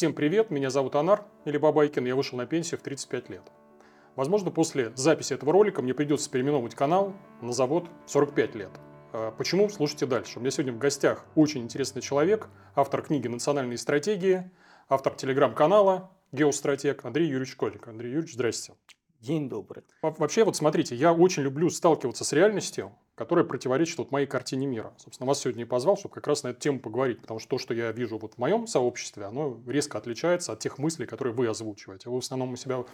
Всем привет, меня зовут Анар или Бабайкин, я вышел на пенсию в 35 лет. Возможно, после записи этого ролика мне придется переименовывать канал на завод 45 лет. Почему? Слушайте дальше. У меня сегодня в гостях очень интересный человек, автор книги «Национальные стратегии», автор телеграм-канала «Геостратег» Андрей Юрьевич Колик. Андрей Юрьевич, здрасте. День добрый. Вообще, вот смотрите, я очень люблю сталкиваться с реальностью, которая противоречит вот моей картине мира. Собственно, вас сегодня и позвал, чтобы как раз на эту тему поговорить, потому что то, что я вижу вот в моем сообществе, оно резко отличается от тех мыслей, которые вы озвучиваете. Вы в основном у себя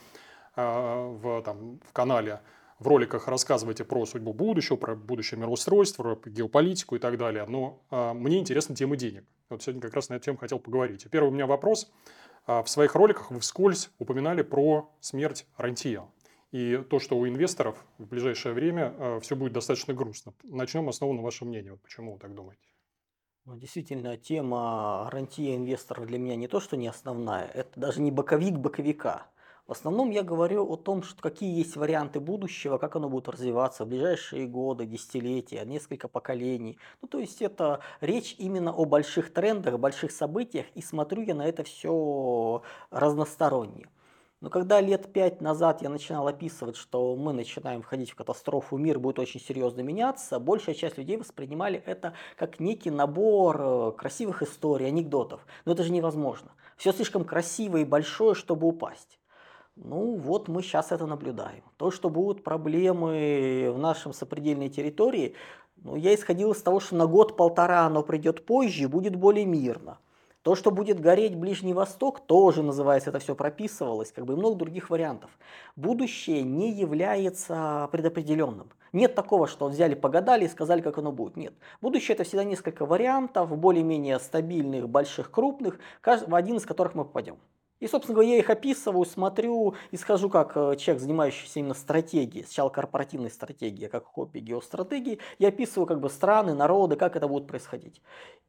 в канале, в роликах рассказываете про судьбу будущего, про будущее мироустройство, про геополитику и так далее. Но мне интересна тема денег. Вот сегодня как раз на эту тему хотел поговорить. И первый у меня вопрос. В своих роликах вы вскользь упоминали про смерть рантье. И то, что у инвесторов в ближайшее время все будет достаточно грустно. Начнем основу на вашем мнении. Вот почему вы так думаете? Ну, действительно, тема рантье инвесторов для меня не то, что не основная, это даже не боковик боковика. В основном я говорю о том, что какие есть варианты будущего, как оно будет развиваться в ближайшие годы, десятилетия, несколько поколений. Ну, то есть это речь именно о больших трендах, больших событиях, и смотрю я на это все разносторонне. Но когда лет 5 назад я начинал описывать, что мы начинаем входить в катастрофу, мир будет очень серьезно меняться, большая часть людей воспринимали это как некий набор красивых историй, анекдотов. Но это же невозможно. Все слишком красиво и большое, чтобы упасть. Ну вот мы сейчас это наблюдаем. То, что будут проблемы в нашем сопредельной территории, ну, я исходил из того, что на год-полтора оно придет позже и будет более мирно. То, что будет гореть Ближний Восток, тоже, называется, это все прописывалось, как бы и много других вариантов. Будущее не является предопределенным. Нет такого, что взяли, погадали и сказали, как оно будет. Нет. Будущее это всегда несколько вариантов, более-менее стабильных, больших, крупных, в один из которых мы попадем. И, собственно говоря, я их описываю, смотрю, исхожу как человек, занимающийся именно стратегией, сначала корпоративной стратегией, как хобби геостратегии, я описываю как бы страны, народы, как это будет происходить.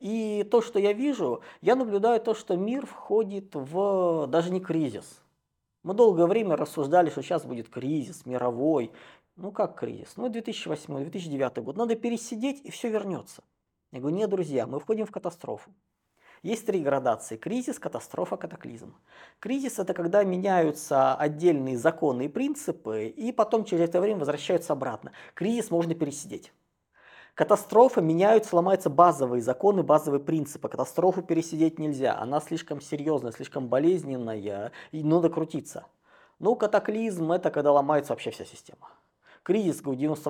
И то, что я вижу, я наблюдаю то, что мир входит в даже не кризис. Мы долгое время рассуждали, что сейчас будет кризис мировой. Ну как кризис? Ну 2008-2009 год. Надо пересидеть, и все вернется. Я говорю, нет, друзья, мы входим в катастрофу. Есть три градации: кризис, катастрофа, катаклизм. Кризис – это когда меняются отдельные законы и принципы, и потом через это время возвращаются обратно. Кризис можно пересидеть. Катастрофа — меняются, ломаются базовые законы, базовые принципы. Катастрофу пересидеть нельзя, она слишком серьезная, слишком болезненная, и надо крутиться. Ну, катаклизм – это когда ломается вообще вся система. Кризис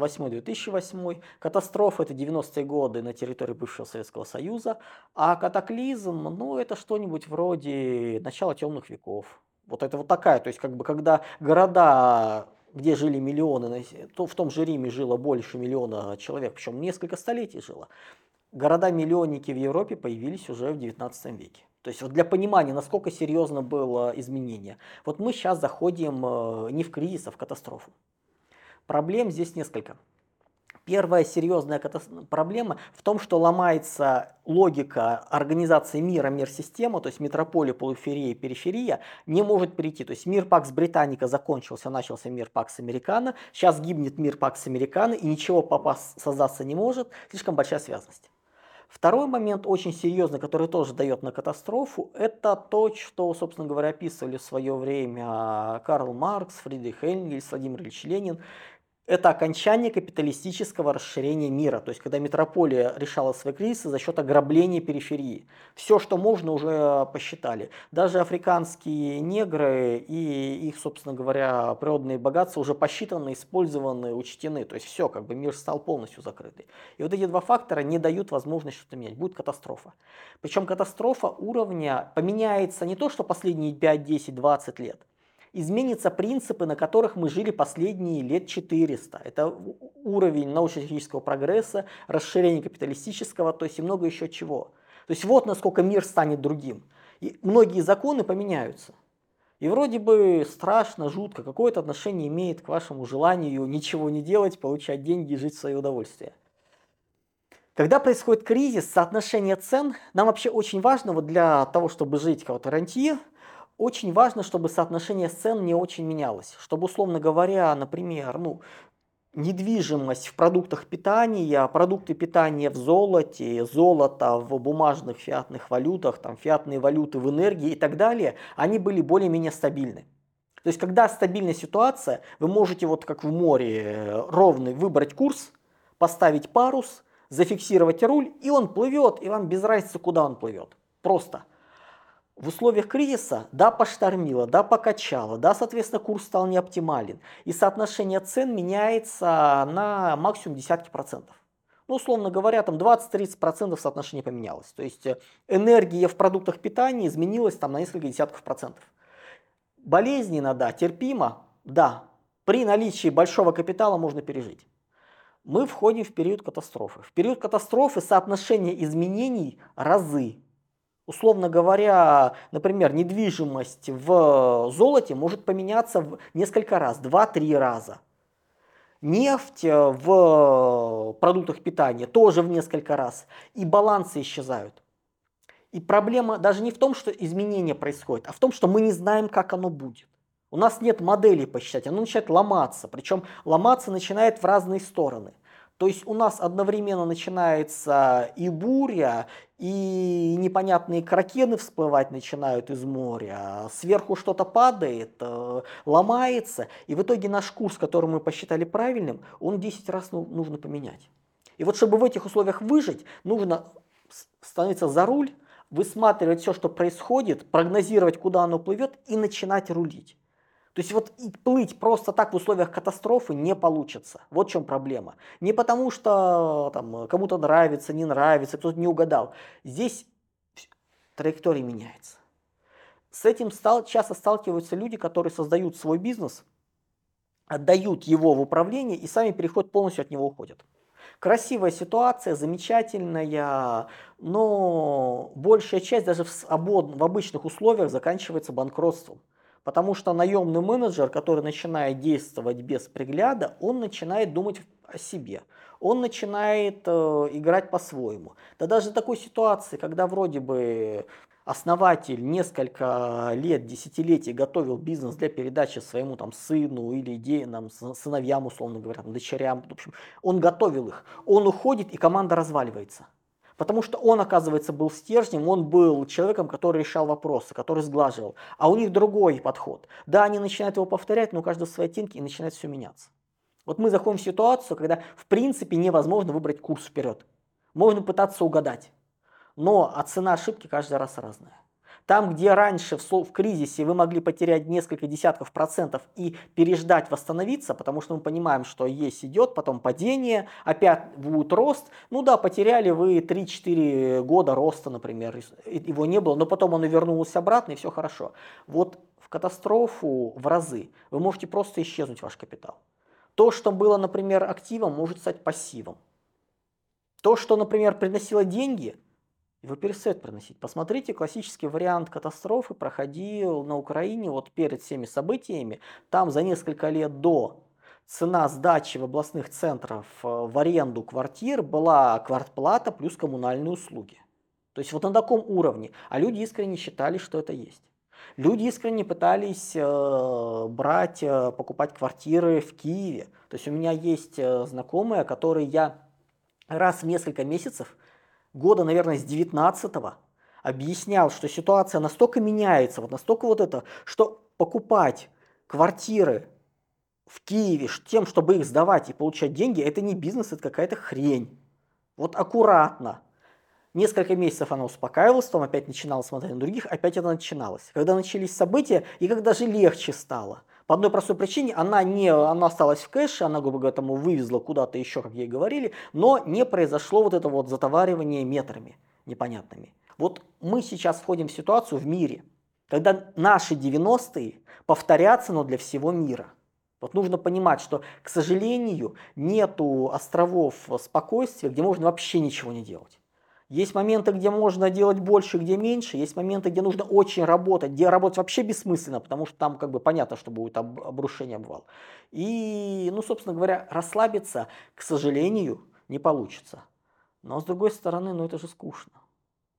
98-2008, катастрофа – это 90-е годы на территории бывшего Советского Союза, а катаклизм, ну, это что-нибудь вроде начала темных веков. Вот это вот такая, то есть как бы когда города, где жили миллионы, то в том же Риме жило больше миллиона человек, причем несколько столетий жило. Города-миллионники в Европе появились уже в 19 веке. То есть вот для понимания, насколько серьезно было изменение. Вот мы сейчас заходим не в кризис, а в катастрофу. Проблем здесь несколько. Первая серьезная проблема в том, что ломается логика организации мира, мир-система, то есть метрополия, полуферия, периферия, не может перейти. То есть мир Пакс Британика закончился, начался мир Пакс Американо, сейчас гибнет мир Пакс Американо, и ничего создаться не может, слишком большая связность. Второй момент очень серьезный, который тоже дает на катастрофу, это то, что, собственно говоря, описывали в свое время Карл Маркс, Фридрих Энгельс, Владимир Ильич Ленин. Это окончание капиталистического расширения мира, то есть когда метрополия решала свои кризисы за счет ограбления периферии. Все, что можно, уже посчитали. Даже африканские негры и их, собственно говоря, природные богатства уже посчитаны, использованы, учтены. То есть все, как бы мир стал полностью закрытый. И вот эти два фактора не дают возможность что-то менять. Будет катастрофа. Причем катастрофа уровня поменяется не то, что последние 5, 10, 20 лет. Изменятся принципы, на которых мы жили последние лет 400. Это уровень научно-технического прогресса, расширение капиталистического, то есть и много еще чего. То есть вот насколько мир станет другим. И многие законы поменяются. И вроде бы страшно, жутко, какое-то отношение имеет к вашему желанию ничего не делать, получать деньги и жить в свое удовольствие. Когда происходит кризис, соотношение цен, нам вообще очень важно вот для того, чтобы жить кого-то рантье, очень важно, чтобы соотношение цен не очень менялось. Чтобы, условно говоря, например, недвижимость в продуктах питания, продукты питания в золоте, золото в бумажных фиатных валютах, там, фиатные валюты в энергии и так далее, они были более-менее стабильны. То есть, когда стабильная ситуация, вы можете вот как в море ровный выбрать курс, поставить парус, зафиксировать руль, и он плывет, и вам без разницы, куда он плывет. Просто. В условиях кризиса, да, поштормило, да, покачало, да, соответственно, курс стал неоптимален. И соотношение цен меняется на максимум десятки процентов. Ну, условно говоря, там 20-30% соотношение поменялось. То есть энергия в продуктах питания изменилась там на несколько десятков процентов. Болезненно, да, терпимо, да. При наличии большого капитала можно пережить. Мы входим в период катастрофы. В период катастрофы соотношение изменений разы. Условно говоря, например, недвижимость в золоте может поменяться в несколько раз, 2-3 раза. Нефть в продуктах питания тоже в несколько раз. И балансы исчезают. И проблема даже не в том, что изменения происходят, а в том, что мы не знаем, как оно будет. У нас нет модели посчитать, оно начинает ломаться. Причем ломаться начинает в разные стороны. То есть у нас одновременно начинается и буря, и непонятные кракены всплывать начинают из моря, сверху что-то падает, ломается, и в итоге наш курс, который мы посчитали правильным, он 10 раз нужно поменять. И вот чтобы в этих условиях выжить, нужно становиться за руль, высматривать все, что происходит, прогнозировать, куда оно плывет, и начинать рулить. То есть вот и плыть просто так в условиях катастрофы не получится. Вот в чем проблема. Не потому, что там, кому-то нравится, не нравится, кто-то не угадал. Здесь траектория меняется. С этим часто сталкиваются люди, которые создают свой бизнес, отдают его в управление и сами переходят, полностью от него уходят. Красивая ситуация, замечательная, но большая часть даже в обычных условиях заканчивается банкротством. Потому что наемный менеджер, который начинает действовать без пригляда, он начинает думать о себе. Он начинает играть по-своему. Да даже такой ситуации, когда вроде бы основатель несколько лет, десятилетий готовил бизнес для передачи своему там сыну или сыновьям, условно говоря, дочерям, в общем, он готовил их, он уходит и команда разваливается. Потому что он, оказывается, был стержнем, он был человеком, который решал вопросы, который сглаживал. А у них другой подход. Да, они начинают его повторять, но у каждого свои оттенки и начинает все меняться. Вот мы заходим в ситуацию, когда в принципе невозможно выбрать курс вперед. Можно пытаться угадать, но цена ошибки каждый раз разная. Там, где раньше в кризисе вы могли потерять несколько десятков процентов и переждать, восстановиться, потому что мы понимаем, что есть идет, потом падение, опять будет рост. Ну да, потеряли вы 3-4 года роста, например, его не было, но потом он и вернулся обратно, и все хорошо. Вот в катастрофу в разы вы можете просто исчезнуть, ваш капитал. То, что было, например, активом, может стать пассивом. То, что, например, приносило деньги, его перестает приносить. Посмотрите, классический вариант катастрофы проходил на Украине вот перед всеми событиями. Там за несколько лет до цена сдачи в областных центрах в аренду квартир была квартплата плюс коммунальные услуги. То есть вот на таком уровне. А люди искренне считали, что это есть. Люди искренне пытались покупать квартиры в Киеве. То есть у меня есть знакомые, которые я раз в несколько месяцев года, наверное, с 19-го объяснял, что ситуация настолько меняется, вот настолько вот это, что покупать квартиры в Киеве тем, чтобы их сдавать и получать деньги, это не бизнес, это какая-то хрень. Вот аккуратно. Несколько месяцев она успокаивалась, потом опять начинала смотреть на других, опять это начиналось. Когда начались события, и как даже легче стало. По одной простой причине, она осталась в кэше, она, грубо говоря, там вывезла куда-то еще, как ей говорили, но не произошло вот это вот затоваривание метрами непонятными. Вот мы сейчас входим в ситуацию в мире, когда наши 90-е повторятся, но для всего мира. Вот нужно понимать, что, к сожалению, нету островов спокойствия, где можно вообще ничего не делать. Есть моменты, где можно делать больше, где меньше. Есть моменты, где нужно очень работать, где работать вообще бессмысленно, потому что там как бы понятно, что будет обрушение, обвал. И, ну, собственно говоря, расслабиться, к сожалению, не получится. Но с другой стороны, ну это же скучно.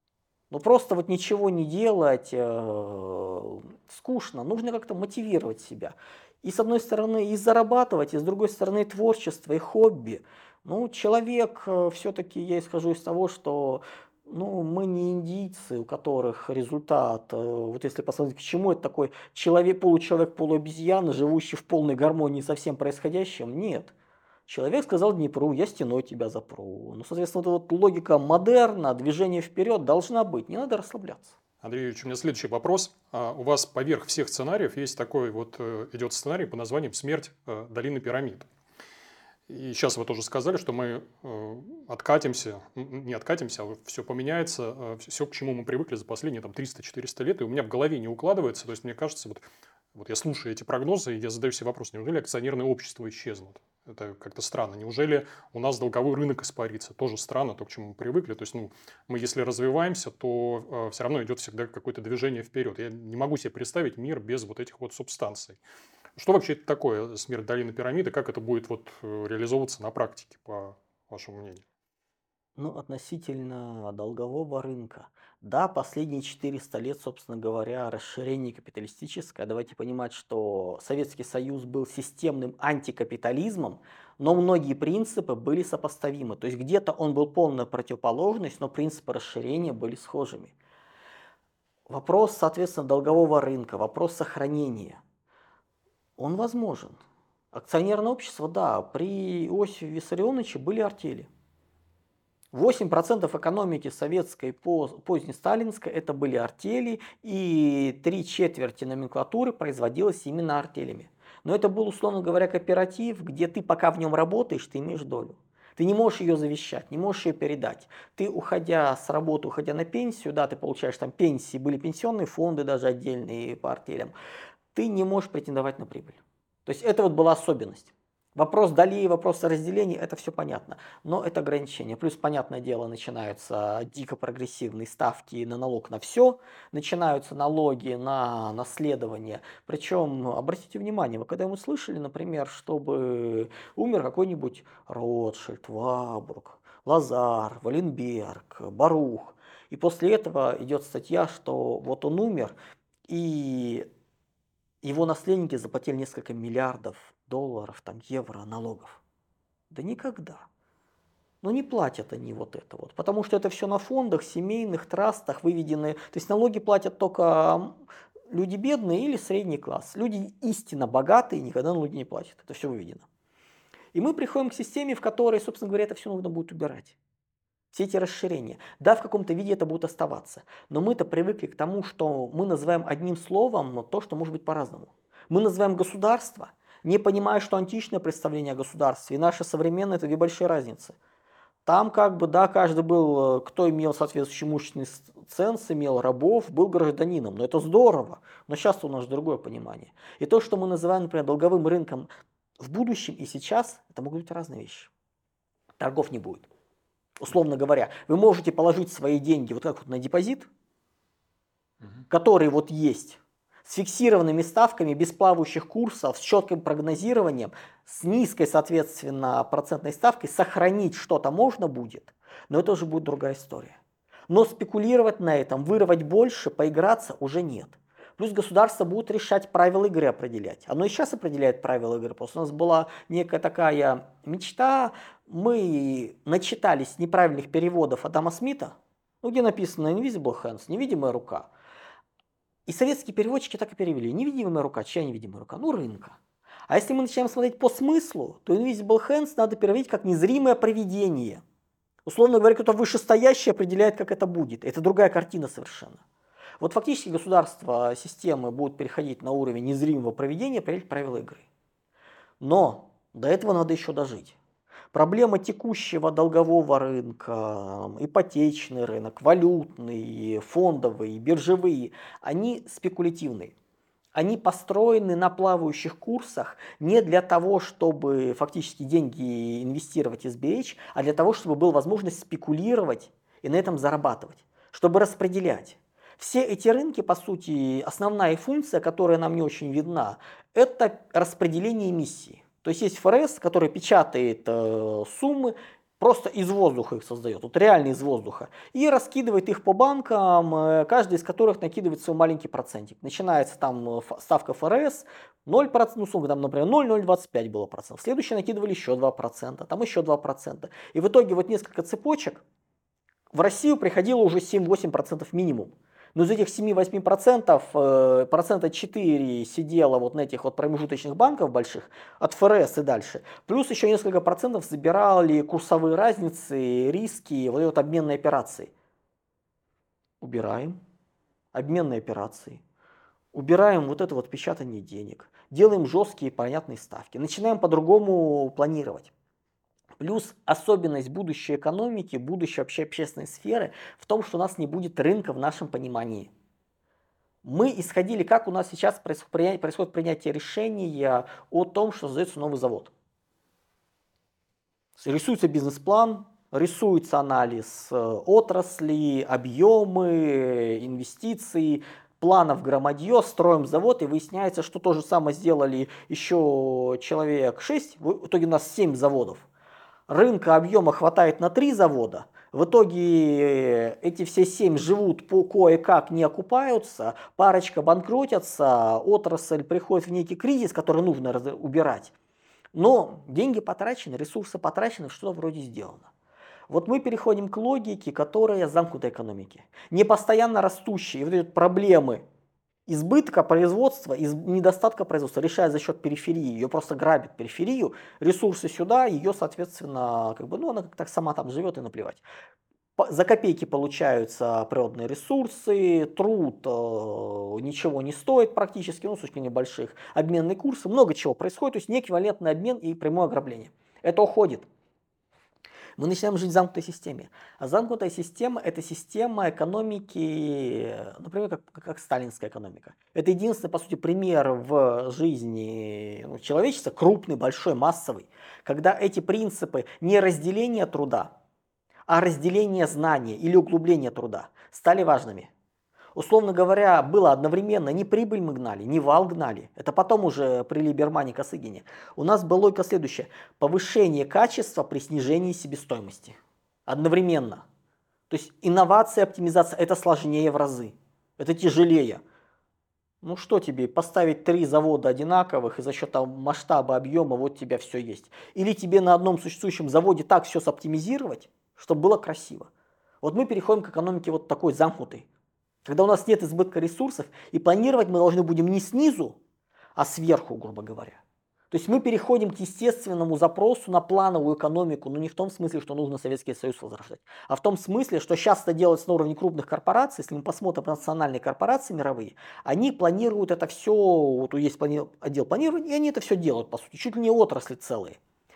Но просто вот ничего не делать скучно. Нужно как-то мотивировать себя. И с одной стороны и зарабатывать, и с другой стороны творчество, и хобби. Ну, человек все-таки, я исхожу из того, что ну, мы не индийцы, у которых результат, вот если посмотреть, к чему это такой человек, получеловек, полуобезьяна, живущий в полной гармонии со всем происходящим, нет. Человек сказал Днепру, я стеной тебя запру. Ну, соответственно, вот логика модерна, движение вперед должна быть, не надо расслабляться. Андрей Юрьевич, у меня следующий вопрос. У вас поверх всех сценариев есть такой вот, идет сценарий под названием «Смерть долины пирамид». И сейчас вы тоже сказали, что мы откатимся, не откатимся, а все поменяется, все, к чему мы привыкли за последние там, 300-400 лет, и у меня в голове не укладывается. То есть, мне кажется, вот я слушаю эти прогнозы, и я задаю себе вопрос, неужели акционерные общества исчезнут? Это как-то странно. Неужели у нас долговой рынок испарится? Тоже странно, то, к чему мы привыкли. То есть, ну, мы если развиваемся, то все равно идет всегда какое-то движение вперед. Я не могу себе представить мир без вот этих вот субстанций. Что вообще это такое смерть долины пирамиды? Как это будет вот реализовываться на практике, по вашему мнению? Ну, относительно долгового рынка. Да, последние 400 лет, собственно говоря, расширение капиталистическое. Давайте понимать, что Советский Союз был системным антикапитализмом, но многие принципы были сопоставимы. То есть где-то он был полная противоположность, но принципы расширения были схожими. Вопрос, соответственно, долгового рынка, вопрос сохранения, он возможен. Акционерное общество, да, при Иосифе Виссарионовиче были артели. 8% экономики советской, поздней сталинской, это были артели, и 3/4 номенклатуры производилось именно артелями. Но это был, условно говоря, кооператив, где ты пока в нем работаешь, ты имеешь долю. Ты не можешь ее завещать, не можешь ее передать. Ты, уходя с работы, уходя на пенсию, да, ты получаешь там пенсии, были пенсионные фонды даже отдельные по артелям, ты не можешь претендовать на прибыль. То есть это вот была особенность. Вопрос долей, вопрос разделения, это все понятно. Но это ограничение. Плюс, понятное дело, начинаются дико прогрессивные ставки на налог на все, начинаются налоги на наследование. Причем, обратите внимание, вы когда-нибудь слышали, например, чтобы умер какой-нибудь Ротшильд, Вабург, Лазар, Валенберг, Барух. И после этого идет статья, что вот он умер, и его наследники заплатили несколько миллиардов долларов, там, евро налогов. Да никогда. Но не платят они вот это вот, потому что это все на фондах, семейных, трастах выведены. То есть налоги платят только люди бедные или средний класс. Люди истинно богатые никогда налоги не платят. Это все выведено. И мы приходим к системе, в которой, собственно говоря, это все нужно будет убирать. Все эти расширения. Да, в каком-то виде это будет оставаться. Но мы-то привыкли к тому, что мы называем одним словом, но то, что может быть по-разному. Мы называем государство, не понимая, что античное представление о государстве и наше современное – это две большие разницы. Там как бы, да, каждый был, кто имел соответствующий имущественный ценз, имел рабов, был гражданином. Но это здорово. Но сейчас у нас другое понимание. И то, что мы называем, например, долговым рынком в будущем и сейчас, это могут быть разные вещи. Торгов не будет. Условно говоря, вы можете положить свои деньги вот как вот на депозит, который вот есть, с фиксированными ставками, без плавающих курсов, с четким прогнозированием, с низкой, соответственно, процентной ставкой, сохранить что-то можно будет, но это уже будет другая история. Но спекулировать на этом, вырвать больше, поиграться уже нет. Плюс государство будет решать правила игры определять. Оно и сейчас определяет правила игры. Просто у нас была некая такая мечта. Мы начитались неправильных переводов Адама Смита, ну, где написано Invisible Hands, невидимая рука. И советские переводчики так и перевели. Невидимая рука, чья невидимая рука? Ну, рынка. А если мы начинаем смотреть по смыслу, то Invisible Hands надо переводить как незримое провидение. Условно говоря, кто-то вышестоящий определяет, как это будет. Это другая картина совершенно. Вот фактически государства, системы будут переходить на уровень незримого проведения, определять правила игры. Но до этого надо еще дожить. Проблема текущего долгового рынка, ипотечный рынок, валютный, фондовый, биржевые, они спекулятивные. Они построены на плавающих курсах не для того, чтобы фактически деньги инвестировать и сберечь, а для того, чтобы была возможность спекулировать и на этом зарабатывать, чтобы распределять. Все эти рынки, по сути, основная функция, которая нам не очень видна, это распределение эмиссии. То есть есть ФРС, который печатает суммы, Просто из воздуха их создает, вот реально из воздуха. И раскидывает их по банкам, каждый из которых накидывает свой маленький процентик. Начинается там ставка ФРС, 0%, ну, условно, там, например, 0,025 было процентов. Следующие накидывали еще 2%, там еще 2%. И в итоге вот несколько цепочек в Россию приходило уже 7-8% минимум. Но из этих 7-8% процента 4 сидело вот на этих вот промежуточных банков больших, от ФРС и дальше. Плюс еще несколько процентов забирали курсовые разницы, риски, вот эти вот обменные операции. Убираем обменные операции. Убираем вот это вот печатание денег. Делаем жесткие и понятные ставки. Начинаем по-другому планировать. Плюс особенность будущей экономики, будущей вообще общественной сферы в том, что у нас не будет рынка в нашем понимании. Мы исходили, как у нас сейчас происходит принятие решения о том, что создается новый завод. Рисуется бизнес-план, рисуется анализ отрасли, объемы, инвестиций, планов громадье, строим завод, и выясняется, что то же самое сделали еще человек 6, в итоге у нас 7 заводов. Рынка объема хватает на 3 завода, в итоге эти все 7 живут по кое-как, не окупаются, парочка банкротятся, отрасль приходит в некий кризис, который нужно убирать. Но деньги потрачены, ресурсы потрачены, что-то вроде сделано. Вот мы переходим к логике, которая замкнутой экономики. Не постоянно растущие вот эти проблемы избытка производства, недостатка производства решает за счет периферии, ее просто грабит периферию, ресурсы сюда, ее, соответственно, как бы, ну, она как-то сама там живет и наплевать. За копейки получаются природные ресурсы, труд ничего не стоит практически, ну, с точки небольших, обменные курсы, много чего происходит, то есть неэквивалентный обмен и прямое ограбление. Это уходит. Мы начинаем жить в замкнутой системе. А замкнутая система – это система экономики, например, как сталинская экономика. Это единственный, по сути, пример в жизни человечества, крупный, большой, массовый, когда эти принципы не разделения труда, а разделение знания или углубление труда стали важными. Условно говоря, было одновременно не прибыль мы гнали, не вал гнали. Это потом уже при Либермане, Косыгине. У нас была логика следующая. Повышение качества при снижении себестоимости. Одновременно. То есть инновация, оптимизация – это сложнее в разы. Это тяжелее. Ну что тебе, поставить 3 завода одинаковых и за счет масштаба, объема вот у тебя все есть. Или тебе на одном существующем заводе так все соптимизировать, чтобы было красиво. Вот мы переходим к экономике вот такой замкнутой. Когда у нас нет избытка ресурсов, и планировать мы должны будем не снизу, а сверху, грубо говоря. То есть мы переходим к естественному запросу на плановую экономику, но не в том смысле, что нужно Советский Союз возрождать, а в том смысле, что сейчас это делается на уровне крупных корпораций. Если мы посмотрим на национальные корпорации мировые, они планируют это все, вот есть отдел планирования, и они это все делают, по сути, чуть ли не отрасли целые.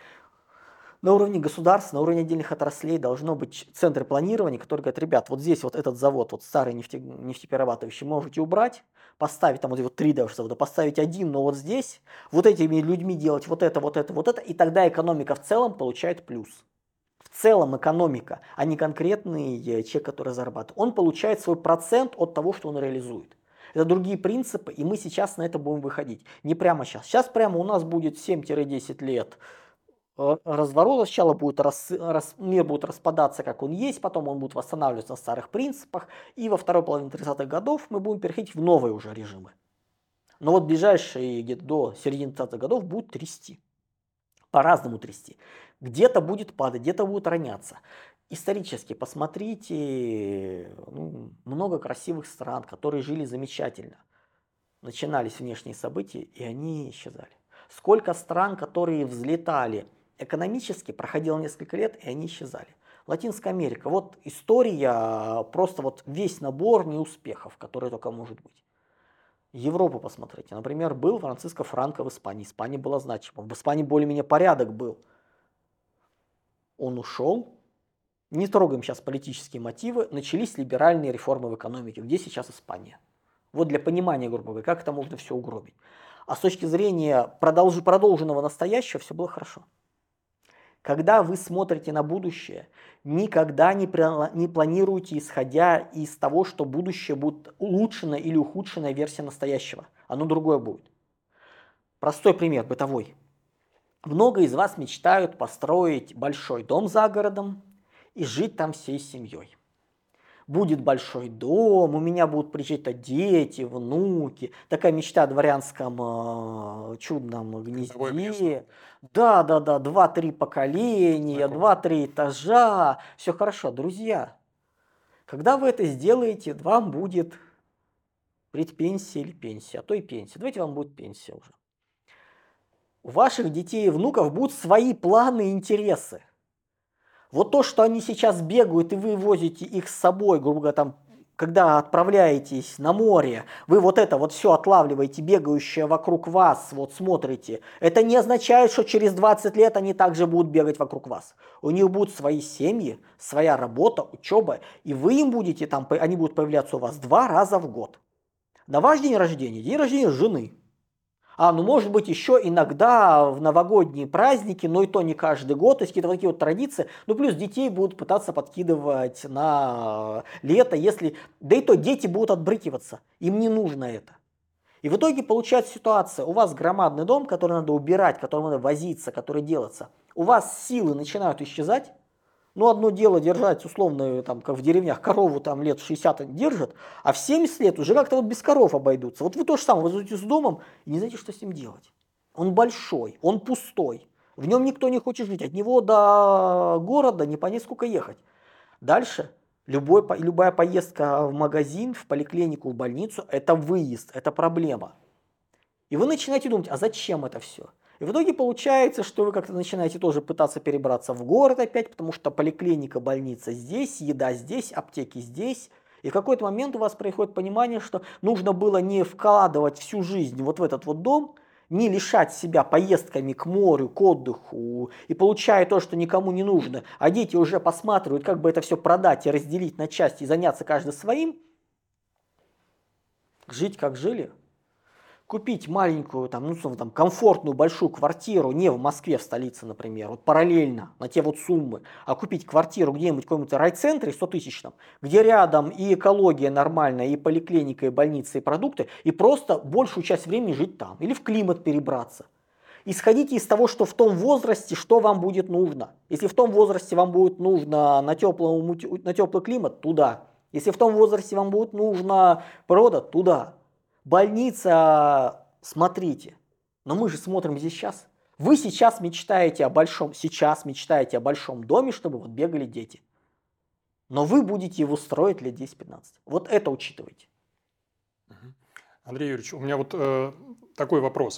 На уровне государства, на уровне отдельных отраслей должно быть центр планирования, который говорит: ребят, вот здесь вот этот завод, вот старый нефтеперерабатывающий, можете убрать, поставить там вот 3 даже завода, поставить один, но вот здесь, вот этими людьми делать вот это, вот это, вот это, и тогда экономика в целом получает плюс. В целом экономика, а не конкретный человек, который зарабатывает. Он получает свой процент от того, что он реализует. Это другие принципы, и мы сейчас на это будем выходить. Не прямо сейчас. Сейчас прямо у нас будет 7-10 лет разворота. Сначала мир будет распадаться, как он есть, потом он будет восстанавливаться на старых принципах, и во второй половине 30-х годов мы будем переходить в новые уже режимы. Но вот ближайшие где-то до середины 30-х годов будут трясти, по-разному трясти. Где-то будет падать, где-то будет роняться. Исторически посмотрите, много красивых стран, которые жили замечательно. Начинались внешние события, и они исчезали. Сколько стран, которые взлетали экономически, проходило несколько лет, и они исчезали. Латинская Америка. Вот история, просто вот весь набор неуспехов, который только может быть. Европу посмотрите. Например, был Франциско Франко в Испании. Испания была значима. В Испании более-менее порядок был. Он ушел. Не трогаем сейчас политические мотивы. Начались либеральные реформы в экономике. Где сейчас Испания? Вот для понимания, грубо говоря, как это можно все угробить. А с точки зрения продолженного настоящего все было хорошо. Когда вы смотрите на будущее, никогда не планируйте, исходя из того, что будущее будет улучшенная или ухудшенная версия настоящего. Оно другое будет. Простой пример, бытовой. Много из вас мечтают построить большой дом за городом и жить там всей семьей. Будет большой дом, у меня будут приезжать дети, внуки. Такая мечта о дворянском чудном Рядовое кресло. гнезде. Да, да, да, 2-3 поколения, Знакомо. 2-3 этажа. Все хорошо, друзья. Когда вы это сделаете, вам будет предпенсия или пенсия, а то и пенсия. Давайте вам будет пенсия уже. У ваших детей и внуков будут свои планы и интересы. Вот то, что они сейчас бегают, и вы возите их с собой, грубо говоря, там, когда отправляетесь на море, вы вот это вот все отлавливаете, бегающее вокруг вас, вот смотрите. Это не означает, что через 20 лет они также будут бегать вокруг вас. У них будут свои семьи, своя работа, учеба, и вы им будете там, они будут появляться у вас 2 раза в год. На ваш день рождения жены. Ну может быть еще иногда в новогодние праздники, но и то не каждый год, то есть какие-то вот такие вот традиции. Ну плюс детей будут пытаться подкидывать на лето, если... Да и то дети будут отбрыкиваться, им не нужно это. И в итоге получается ситуация, у вас громадный дом, который надо убирать, которым надо возиться, который делаться. У вас силы начинают исчезать. Ну, одно дело держать, условно, там, как в деревнях, корову там лет 60 держат, а в 70 лет уже как-то вот без коров обойдутся. Вот вы то же самое, вы идете с домом и не знаете, что с ним делать. Он большой, он пустой, в нем никто не хочет жить, от него до города не понять, сколько ехать. Дальше любая поездка в магазин, в поликлинику, в больницу – это выезд, это проблема. И вы начинаете думать, а зачем это все? И в итоге получается, что вы как-то начинаете тоже пытаться перебраться в город опять, потому что поликлиника, больница здесь, еда здесь, аптеки здесь. И в какой-то момент у вас происходит понимание, что нужно было не вкладывать всю жизнь вот в этот вот дом, не лишать себя поездками к морю, к отдыху, и получая то, что никому не нужно, а дети уже посматривают, как бы это все продать и разделить на части и заняться каждый своим, жить как жили. Купить маленькую, там, ну, там, комфортную большую квартиру не в Москве, в столице, например, вот параллельно на те вот суммы, а купить квартиру где-нибудь в каком-то райцентре 100-тысячном, где рядом и экология нормальная, и поликлиника, и больница, и продукты, и просто большую часть времени жить там, или в климат перебраться. Исходите из того, что в том возрасте, что вам будет нужно. Если в том возрасте вам будет нужно на теплый климат, туда. Если в том возрасте вам будет нужна природа, туда. Больница, смотрите, но мы же смотрим здесь сейчас. Вы сейчас мечтаете о большом доме, чтобы вот бегали дети. Но вы будете его строить лет 10-15. Вот это учитывайте. Андрей Юрьевич, у меня вот такой вопрос.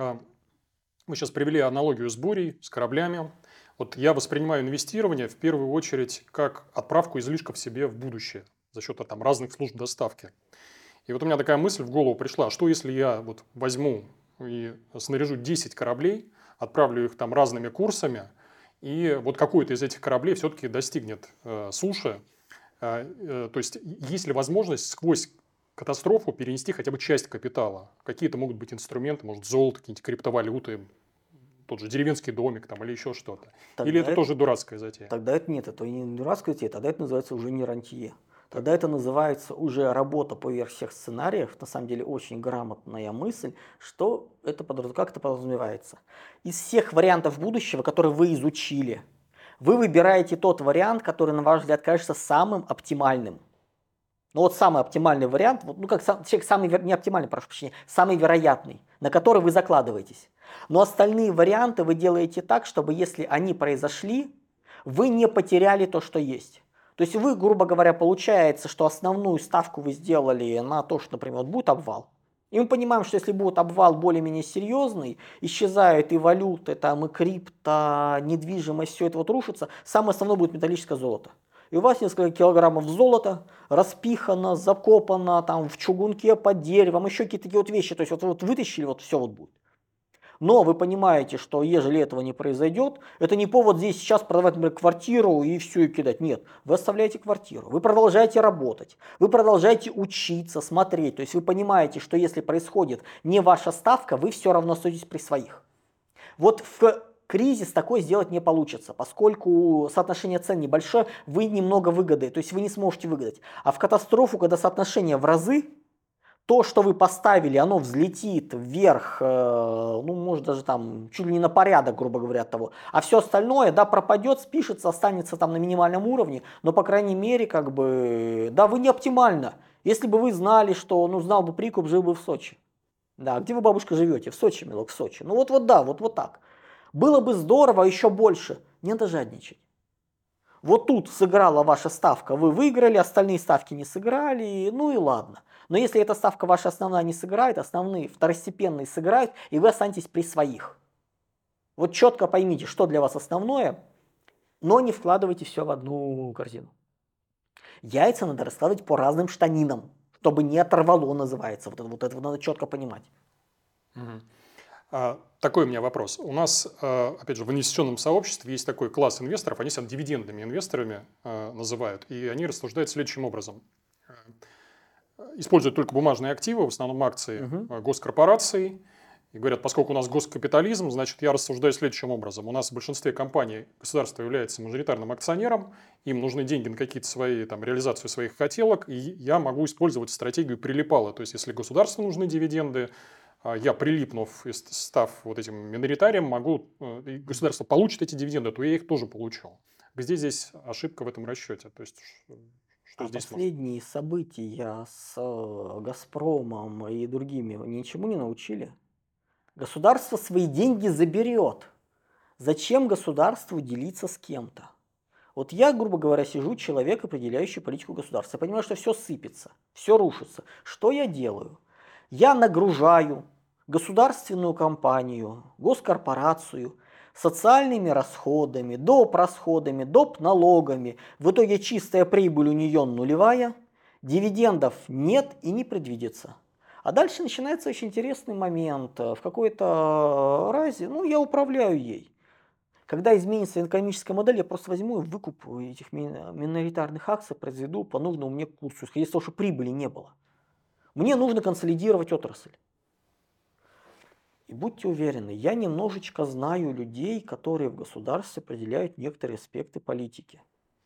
Мы сейчас привели аналогию с бурей, с кораблями. Вот я воспринимаю инвестирование в первую очередь как отправку излишков себе в будущее за счет там, разных служб доставки. И вот у меня такая мысль в голову пришла, что если я вот возьму и снаряжу 10 кораблей, отправлю их там разными курсами, и вот какой-то из этих кораблей все-таки достигнет суши. То есть есть ли возможность сквозь катастрофу перенести хотя бы часть капитала? Какие-то могут быть инструменты, может золото, какие-нибудь криптовалюты, тот же деревенский домик там, или еще что-то. Или это тоже дурацкая затея? Тогда это нет, это не дурацкая затея, тогда это называется уже не рантье. Тогда это называется уже работа поверх всех сценариев, на самом деле очень грамотная мысль, что это как это подразумевается. Из всех вариантов будущего, которые вы изучили, вы выбираете тот вариант, который, на ваш взгляд, кажется самым оптимальным. Ну вот самый оптимальный вариант, не оптимальный, прошу прощения, самый вероятный, на который вы закладываетесь. Но остальные варианты вы делаете так, чтобы если они произошли, вы не потеряли то, что есть. То есть вы, грубо говоря, получается, что основную ставку вы сделали на то, что, например, вот будет обвал. И мы понимаем, что если будет обвал более-менее серьезный, исчезают и валюты, там, и крипто, недвижимость, все это вот рушится, самое основное будет металлическое золото. И у вас несколько килограммов золота распихано, закопано там в чугунке под деревом, еще какие-то такие вот вещи. То есть вот вытащили, вот все вот будет. Но вы понимаете, что ежели этого не произойдет, это не повод здесь сейчас продавать, например, квартиру и все и кидать. Нет, вы оставляете квартиру, вы продолжаете работать, вы продолжаете учиться, смотреть. То есть вы понимаете, что если происходит не ваша ставка, вы все равно остаетесь при своих. Вот в кризис такой сделать не получится, поскольку соотношение цен небольшое, вы немного выгоды, то есть вы не сможете выгадать. А в катастрофу, когда соотношение в разы, То, что вы поставили, оно взлетит вверх, ну, может, даже там чуть ли не на порядок, грубо говоря, от того. А все остальное, да, пропадет, спишется, останется там на минимальном уровне, но, по крайней мере, как бы, да, вы не оптимально. Если бы вы знали, что, ну, знал бы прикуп, жил бы в Сочи. Да, где вы, бабушка, живете? В Сочи, милок, в Сочи. Ну, вот, да, вот так. Было бы здорово, еще больше. Не надо жадничать. Вот тут сыграла ваша ставка, вы выиграли, остальные ставки не сыграли, ну и ладно. Но если эта ставка ваша основная не сыграет, основные второстепенные сыграют, и вы останетесь при своих. Вот четко поймите, что для вас основное, но не вкладывайте все в одну корзину. Яйца надо раскладывать по разным штанинам, чтобы не оторвало, называется. Вот это надо четко понимать. Мгм. Такой у меня вопрос. У нас, опять же, в инвестиционном сообществе есть такой класс инвесторов, они себя дивидендными инвесторами называют, и они рассуждают следующим образом. Используют только бумажные активы, в основном акции госкорпораций, и говорят, поскольку у нас госкапитализм, значит, я рассуждаю следующим образом. У нас в большинстве компаний государство является мажоритарным акционером, им нужны деньги на какие-то свои, там, реализацию своих хотелок, и я могу использовать стратегию прилипала. То есть, если государству нужны дивиденды, я, прилипнув и став вот этим миноритарием, могу, и государство получит эти дивиденды, то я их тоже получу. Где здесь ошибка в этом расчете? То есть, что здесь может? Последние события с Газпромом и другими ничему не научили? Государство свои деньги заберет. Зачем государству делиться с кем-то? Вот я, грубо говоря, сижу, человек, определяющий политику государства. Я понимаю, что все сыпется, все рушится. Что я делаю? Я нагружаю государственную компанию, госкорпорацию социальными расходами, доп. Расходами, доп. Налогами. В итоге чистая прибыль у нее нулевая, дивидендов нет и не предвидится. А дальше начинается очень интересный момент. В какой-то разе, ну, я управляю ей. Когда изменится экономическая модель, я просто возьму и выкуп этих миноритарных акций произведу по нужному мне курсу, исходя из того, что прибыли не было. Мне нужно консолидировать отрасль. И будьте уверены, я немножечко знаю людей, которые в государстве определяют некоторые аспекты политики.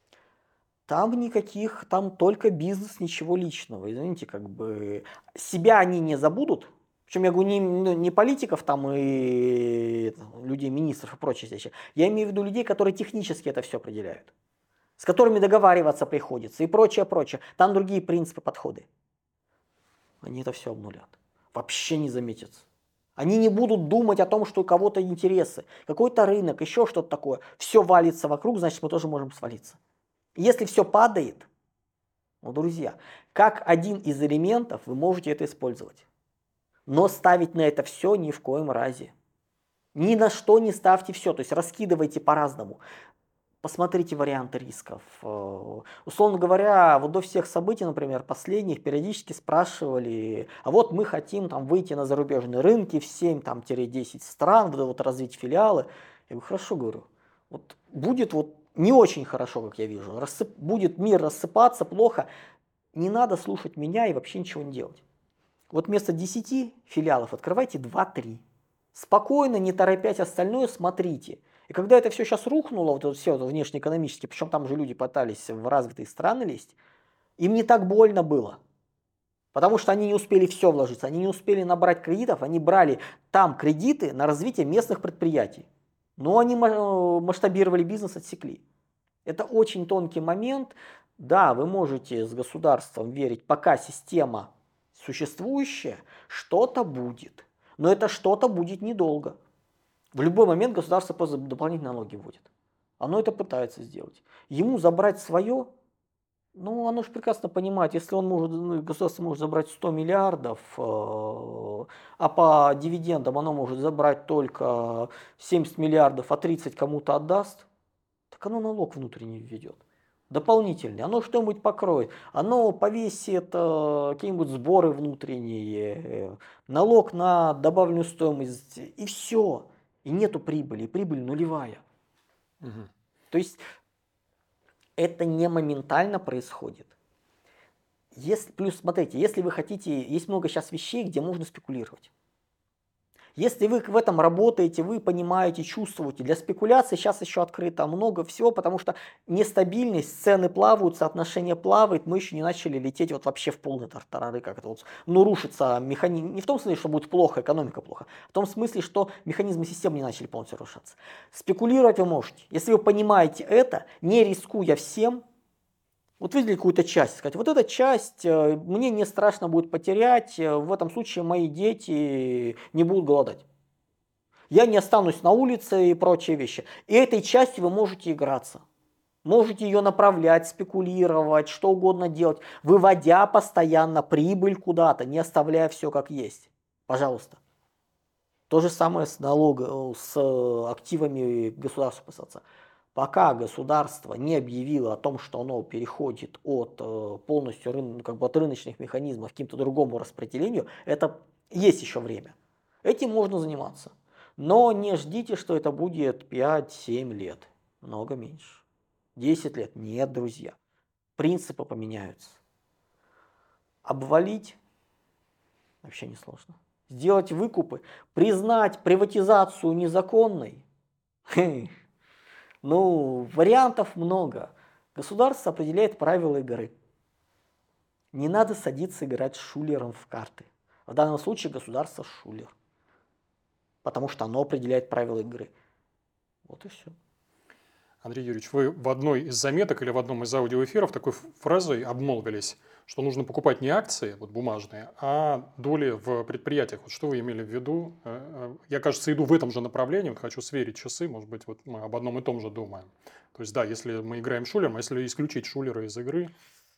Там никаких, там только бизнес, ничего личного. Извините, как бы себя они не забудут. Причем я говорю не политиков там и людей, министров и прочие вещи. Я имею в виду людей, которые технически это все определяют. С которыми договариваться приходится и прочее, прочее. Там другие принципы, подходы. Они это все обнулят. Вообще не заметятся. Они не будут думать о том, что у кого-то интересы. Какой-то рынок, еще что-то такое. Все валится вокруг, значит, мы тоже можем свалиться. Если все падает, ну, друзья, как один из элементов вы можете это использовать. Но ставить на это все ни в коем разе. Ни на что не ставьте все, то есть раскидывайте по-разному. Посмотрите варианты рисков. Условно говоря, вот до всех событий, например, последних, периодически спрашивали, а вот мы хотим там выйти на зарубежные рынки в 7-10 стран, вот развить филиалы. Я говорю, хорошо, говорю, вот будет вот не очень хорошо, как я вижу, будет мир рассыпаться плохо, не надо слушать меня и вообще ничего не делать. Вот вместо 10 филиалов открывайте 2-3. Спокойно, не торопясь остальное, смотрите. И когда это все сейчас рухнуло, вот это все внешнеэкономически, причем там же люди пытались в развитые страны лезть, им не так больно было. Потому что они не успели все вложиться, они не успели набрать кредитов, они брали там кредиты на развитие местных предприятий. Но они масштабировали бизнес, отсекли. Это очень тонкий момент. Да, вы можете с государством верить, пока система существующая, что-то будет. Но это что-то будет недолго. В любой момент государство просто дополнительные налоги вводит. Оно это пытается сделать. Ему забрать свое, ну, оно же прекрасно понимает, если он может, ну, государство может забрать 100 миллиардов, а по дивидендам оно может забрать только 70 миллиардов, а 30 кому-то отдаст, так оно налог внутренний введет. Дополнительный. Оно что-нибудь покроет. Оно повесит какие-нибудь сборы внутренние, налог на добавленную стоимость, и все. И нету прибыли, и прибыль нулевая. Мгм. То есть это не моментально происходит. Плюс, смотрите, если вы хотите, есть много сейчас вещей, где можно спекулировать. Если вы в этом работаете, вы понимаете, чувствуете. Для спекуляций сейчас еще открыто много всего, потому что нестабильность, цены плавают, соотношение плавает, мы еще не начали лететь вот вообще в полный тартарары, как это вот, ну, рушится механизм, не в том смысле, что будет плохо, экономика плохо, в том смысле, что механизмы системы не начали полностью рушаться. Спекулировать вы можете. Если вы понимаете это, не рискуя всем, вот выделить какую-то часть, сказать, вот эта часть мне не страшно будет потерять, в этом случае мои дети не будут голодать. Я не останусь на улице и прочие вещи. И этой частью вы можете играться. Можете ее направлять, спекулировать, что угодно делать, выводя постоянно прибыль куда-то, не оставляя все как есть. Пожалуйста. То же самое с с активами государства касаться. Пока государство не объявило о том, что оно переходит от полностью от рыночных механизмов к каким-то другому распределению, это есть еще время. Этим можно заниматься. Но не ждите, что это будет 5-7 лет. Много меньше. 10 лет. Нет, друзья. Принципы поменяются. Обвалить вообще не сложно. Сделать выкупы, признать приватизацию незаконной. Ну, вариантов много. Государство определяет правила игры. Не надо садиться играть с шулером в карты. В данном случае государство шулер. Потому что оно определяет правила игры. Вот и все. Андрей Юрьевич, вы в одной из заметок или в одном из аудиоэфиров такой фразой обмолвились, что нужно покупать не акции, вот бумажные, а доли в предприятиях. Вот что вы имели в виду? Я, кажется, иду в этом же направлении, вот хочу сверить часы, может быть, вот мы об одном и том же думаем. То есть, да, если мы играем шулером, а если исключить шулера из игры.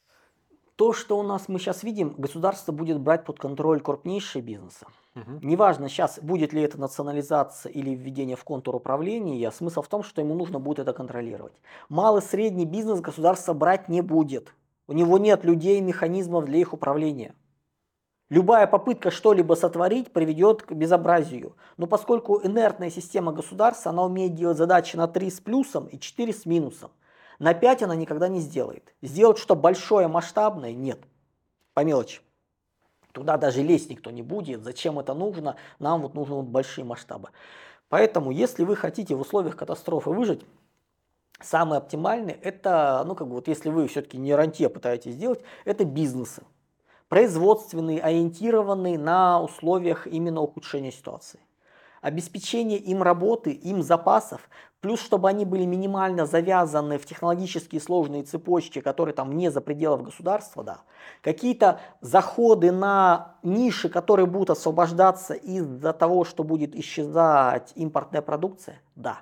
То, что у нас мы сейчас видим, государство будет брать под контроль крупнейшие бизнесы. Угу. Неважно сейчас, будет ли это национализация или введение в контур управления, смысл в том, что ему нужно будет это контролировать. Малый средний бизнес государство брать не будет. У него нет людей и механизмов для их управления. Любая попытка что-либо сотворить приведет к безобразию. Но поскольку инертная система государства, она умеет делать задачи на 3 с плюсом и 4 с минусом. На 5 она никогда не сделает. Сделать что большое, масштабное – нет. По мелочи. Туда даже лезть никто не будет. Зачем это нужно? Нам вот нужны большие масштабы. Поэтому, если вы хотите в условиях катастрофы выжить, самое оптимальное – это, если вы все-таки не рантье пытаетесь сделать, это бизнесы. Производственные, ориентированные на условиях именно ухудшения ситуации. Обеспечение им работы, им запасов, плюс чтобы они были минимально завязаны в технологические сложные цепочки, которые там вне за пределов государства, да. Какие-то заходы на ниши, которые будут освобождаться из-за того, что будет исчезать импортная продукция, да.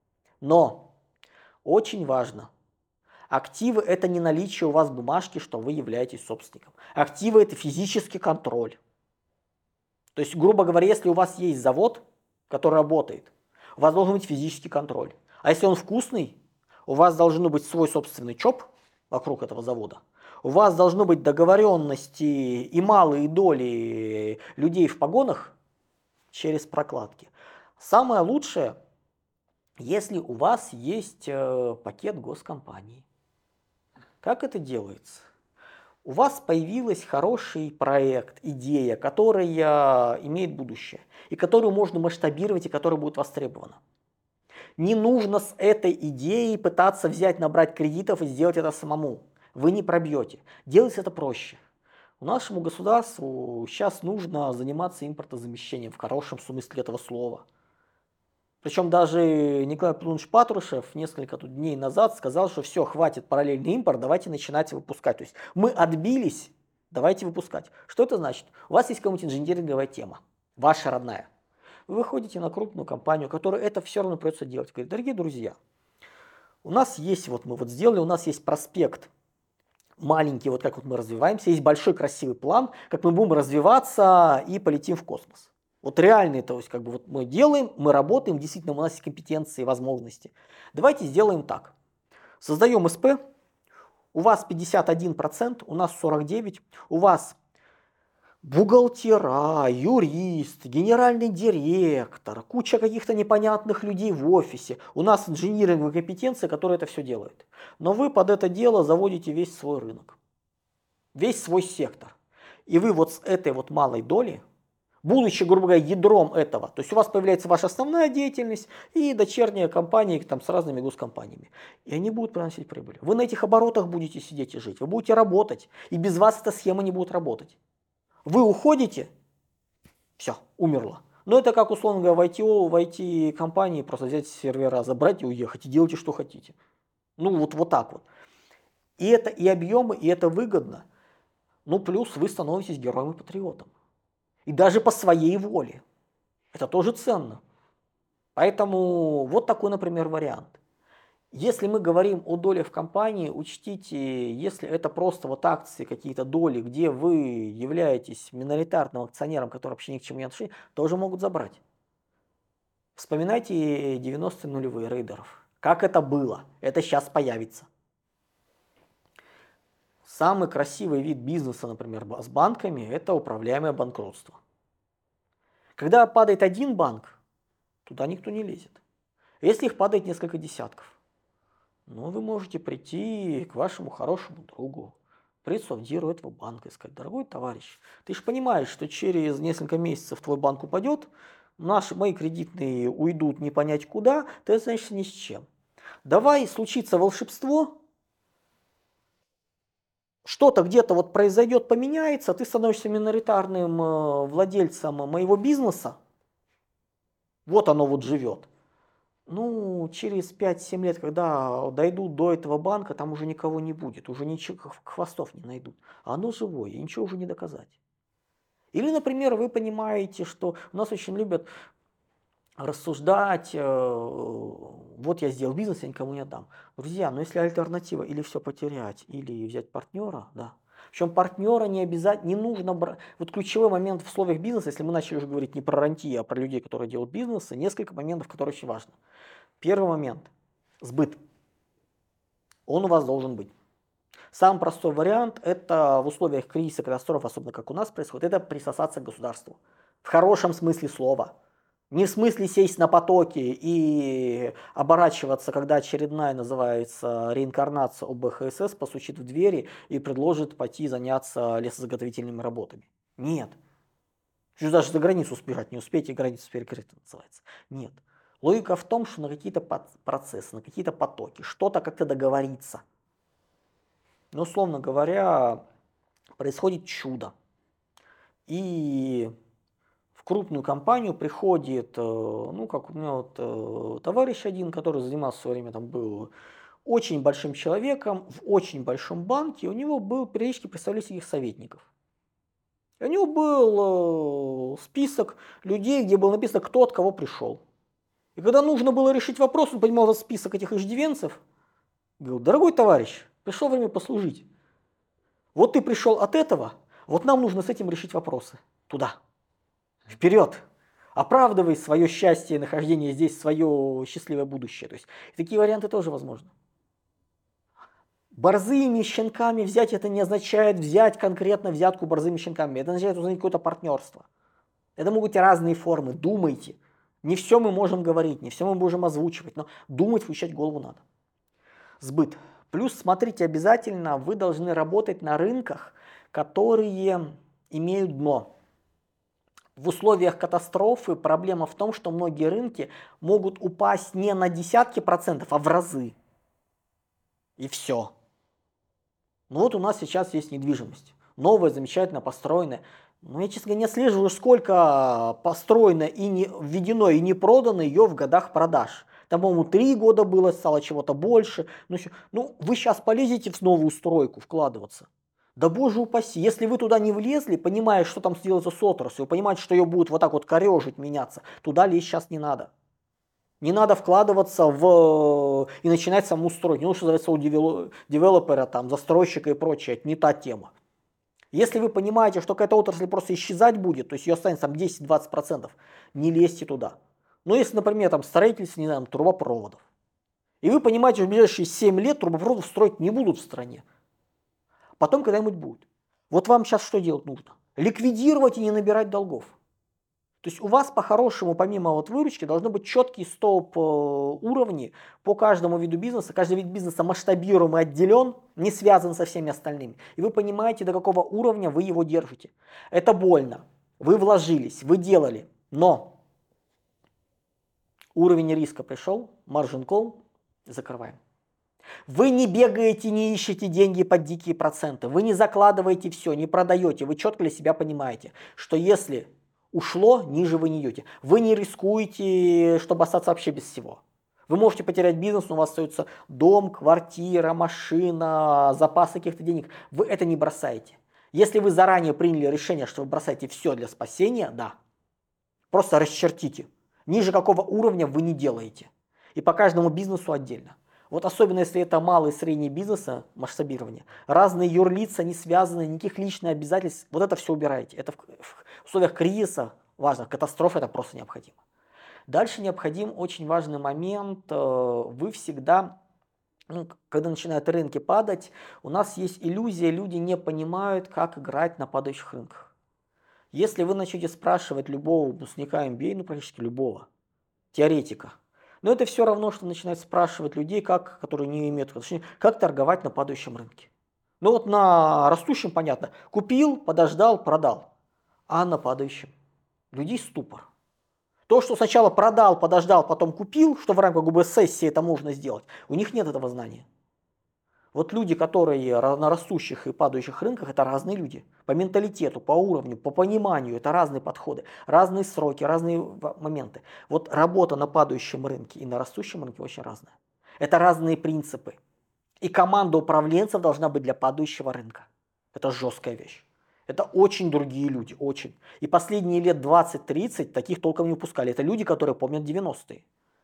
Но очень важно, активы – это не наличие у вас бумажки, что вы являетесь собственником. Активы – это физический контроль. То есть, грубо говоря, если у вас есть завод, который работает, у вас должен быть физический контроль. А если он вкусный, у вас должен быть свой собственный ЧОП вокруг этого завода. У вас должны быть договоренности и малые доли людей в погонах через прокладки. Самое лучшее, если у вас есть пакет госкомпаний. Как это делается? У вас появился хороший проект, идея, которая имеет будущее, и которую можно масштабировать, и которая будет востребована. Не нужно с этой идеей пытаться взять, набрать кредитов и сделать это самому. Вы не пробьете. Делать это проще. Нашему государству сейчас нужно заниматься импортозамещением в хорошем смысле этого слова. Причем даже Николай Платонович Патрушев несколько дней назад сказал, что все, хватит параллельный импорт, давайте начинать выпускать. То есть мы отбились, давайте выпускать. Что это значит? У вас есть какая-нибудь инженеринговая тема, ваша родная. Вы выходите на крупную компанию, которая это все равно придется делать. Говорит, дорогие друзья, у нас есть, мы сделали, у нас есть проспект маленький, как мы развиваемся, есть большой красивый план, как мы будем развиваться и полетим в космос. Вот реальные, то есть мы делаем, мы работаем, действительно у нас есть компетенции, возможности. Давайте сделаем так. Создаем СП, у вас 51%, у нас 49%, у вас бухгалтера, юрист, генеральный директор, куча каких-то непонятных людей в офисе. У нас инжиниринговые компетенции, которые это все делают. Но вы под это дело заводите весь свой рынок, весь свой сектор. И вы с этой малой доли будучи, грубо говоря, ядром этого. То есть у вас появляется ваша основная деятельность и дочерние компании там, с разными госкомпаниями. И они будут приносить прибыль. Вы на этих оборотах будете сидеть и жить. Вы будете работать. И без вас эта схема не будет работать. Вы уходите, все, умерло. Но это как, условно говоря, в IT-компании просто взять сервера, забрать и уехать. И делайте, что хотите. Ну вот так вот. И это и объемы, и это выгодно. Ну плюс вы становитесь героем и патриотом. И даже по своей воле. Это тоже ценно. Поэтому вот такой, например, вариант. Если мы говорим о долях в компании, учтите, если это просто вот акции, какие-то доли, где вы являетесь миноритарным акционером, который вообще ни к чему не отношения, тоже могут забрать. Вспоминайте 90-е нулевые рейдеров. Как это было? Это сейчас появится. Самый красивый вид бизнеса, например, с банками, это управляемое банкротство. Когда падает один банк, туда никто не лезет. Если их падает несколько десятков, ну, вы можете прийти к вашему хорошему другу, предсовдиру этого банка и сказать: дорогой товарищ, ты же понимаешь, что через несколько месяцев твой банк упадет, мои кредитные уйдут не понять куда, ты останешься ни с чем. Давай, случится волшебство, что-то где-то вот произойдет, поменяется, ты становишься миноритарным владельцем моего бизнеса, вот оно вот живет. Ну, через 5-7 лет, когда дойдут до этого банка, там уже никого не будет, уже ничего, хвостов не найдут. А оно живое, и ничего уже не доказать. Или, например, вы понимаете, что у нас очень любят рассуждать, вот я сделал бизнес, я никому не отдам. Друзья, но если альтернатива или все потерять, или взять партнера, да. Причем партнера не обязательно, не нужно брать. Вот ключевой момент в условиях бизнеса, если мы начали уже говорить не про рантье, а про людей, которые делают бизнесы, несколько моментов, которые очень важны. Первый момент – сбыт. Он у вас должен быть. Самый простой вариант – это в условиях кризиса, катастроф, особенно как у нас происходит, это присосаться к государству. В хорошем смысле слова. Не в смысле сесть на потоке и оборачиваться, когда очередная, называется, реинкарнация ОБХСС постучит в двери и предложит пойти заняться лесозаготовительными работами. Нет. Чуть даже за границу сбежать не успеете, границу перекрыть, называется. Нет. Логика в том, что на какие-то процессы, на какие-то потоки, что-то как-то договориться. Но, условно говоря, происходит чудо. И в крупную компанию приходит, ну, как у меня вот товарищ один, который занимался в свое время, там был очень большим человеком, в очень большом банке, у него был периодически представитель их советников. И у него был список людей, где было написано, кто от кого пришел. И когда нужно было решить вопрос, он понимал этот список этих иждивенцев, говорил: дорогой товарищ, пришло время послужить. Вот ты пришел от этого, вот нам нужно с этим решить вопросы. Туда. Вперед. Оправдывай свое счастье, нахождение здесь, свое счастливое будущее. То есть такие варианты тоже возможны. Борзыми щенками взять это не означает взять конкретно взятку борзыми щенками. Это означает узнать какое-то партнерство. Это могут быть разные формы. Думайте. Не все мы можем говорить, не все мы можем озвучивать, но думать, включать голову надо. Сбыт. Плюс, смотрите, обязательно вы должны работать на рынках, которые имеют дно. В условиях катастрофы проблема в том, что многие рынки могут упасть не на десятки процентов, а в разы. И все. Ну вот у нас сейчас есть недвижимость. Новая, замечательно построенная. Но я, честно говоря, не отслеживаю, сколько построено и не введено, и не продано ее в годах продаж. Там, по-моему, 3 года было, стало чего-то больше. Ну, вы сейчас полезете в новую стройку вкладываться. Да боже упаси, если вы туда не влезли, понимая, что там сделается с отраслью, понимаете, что ее будет вот так вот корежить, меняться, туда лезть сейчас не надо. Не надо вкладываться и начинать саму строить. Не нужно называться у девелопера, там, застройщика и прочее. Это не та тема. Если вы понимаете, что какая-то отрасль просто исчезать будет, то есть ее останется там 10-20%, не лезьте туда. Но если, например, там строительство, не знаю, трубопроводов, и вы понимаете, что в ближайшие 7 лет трубопроводов строить не будут в стране, потом когда-нибудь будут. Вот вам сейчас что делать нужно? Ликвидировать и не набирать долгов. То есть у вас по-хорошему, помимо вот выручки, должны быть четкие стоп-уровни по каждому виду бизнеса. Каждый вид бизнеса масштабируем и отделен, не связан со всеми остальными. И вы понимаете, до какого уровня вы его держите. Это больно. Вы вложились, вы делали, но уровень риска пришел, margin call, закрываем. Вы не бегаете, не ищете деньги под дикие проценты, вы не закладываете все, не продаете, вы четко для себя понимаете, что если ушло, ниже вы не идете. Вы не рискуете, чтобы остаться вообще без всего. Вы можете потерять бизнес, но у вас остается дом, квартира, машина, запас каких-то денег. Вы это не бросаете. Если вы заранее приняли решение, что вы бросаете все для спасения, да, просто расчертите. Ниже какого уровня вы не делаете. И по каждому бизнесу отдельно. Вот особенно если это малый и средний бизнес, масштабирование. Разные юрлица не связаны, никаких личных обязательств. Вот это все убираете. Это в условиях кризиса важно, катастрофа это просто необходимо. Дальше необходим очень важный момент. Вы всегда, когда начинают рынки падать, у нас есть иллюзия, люди не понимают, как играть на падающих рынках. Если вы начнете спрашивать любого выпускника MBA, практически любого, теоретика, но это все равно, что начинать спрашивать людей, которые не имеют отношения, как торговать на падающем рынке. Ну вот на растущем понятно, купил, подождал, продал, а на падающем людей ступор. То, что сначала продал, подождал, потом купил, что в рамках ГБ-сессии это можно сделать, у них нет этого знания. Вот люди, которые на растущих и падающих рынках, это разные люди. По менталитету, по уровню, по пониманию, это разные подходы, разные сроки, разные моменты. Вот работа на падающем рынке и на растущем рынке очень разная. Это разные принципы. И команда управленцев должна быть для падающего рынка. Это жесткая вещь. Это очень другие люди, очень. И последние лет 20-30 таких толком не упускали. Это люди, которые помнят 90-е.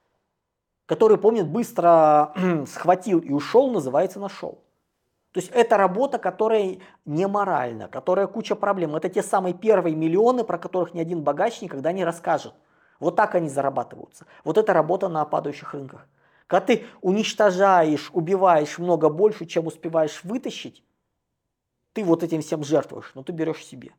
Которые помнят, быстро схватил и ушел, называется нашел. То есть это работа, которая не моральна, которая куча проблем. Это те самые первые миллионы, про которых ни один богач никогда не расскажет. Вот так они зарабатываются. Вот это работа на падающих рынках. Когда ты уничтожаешь, убиваешь много больше, чем успеваешь вытащить, ты вот этим всем жертвуешь, но ты берешь себе.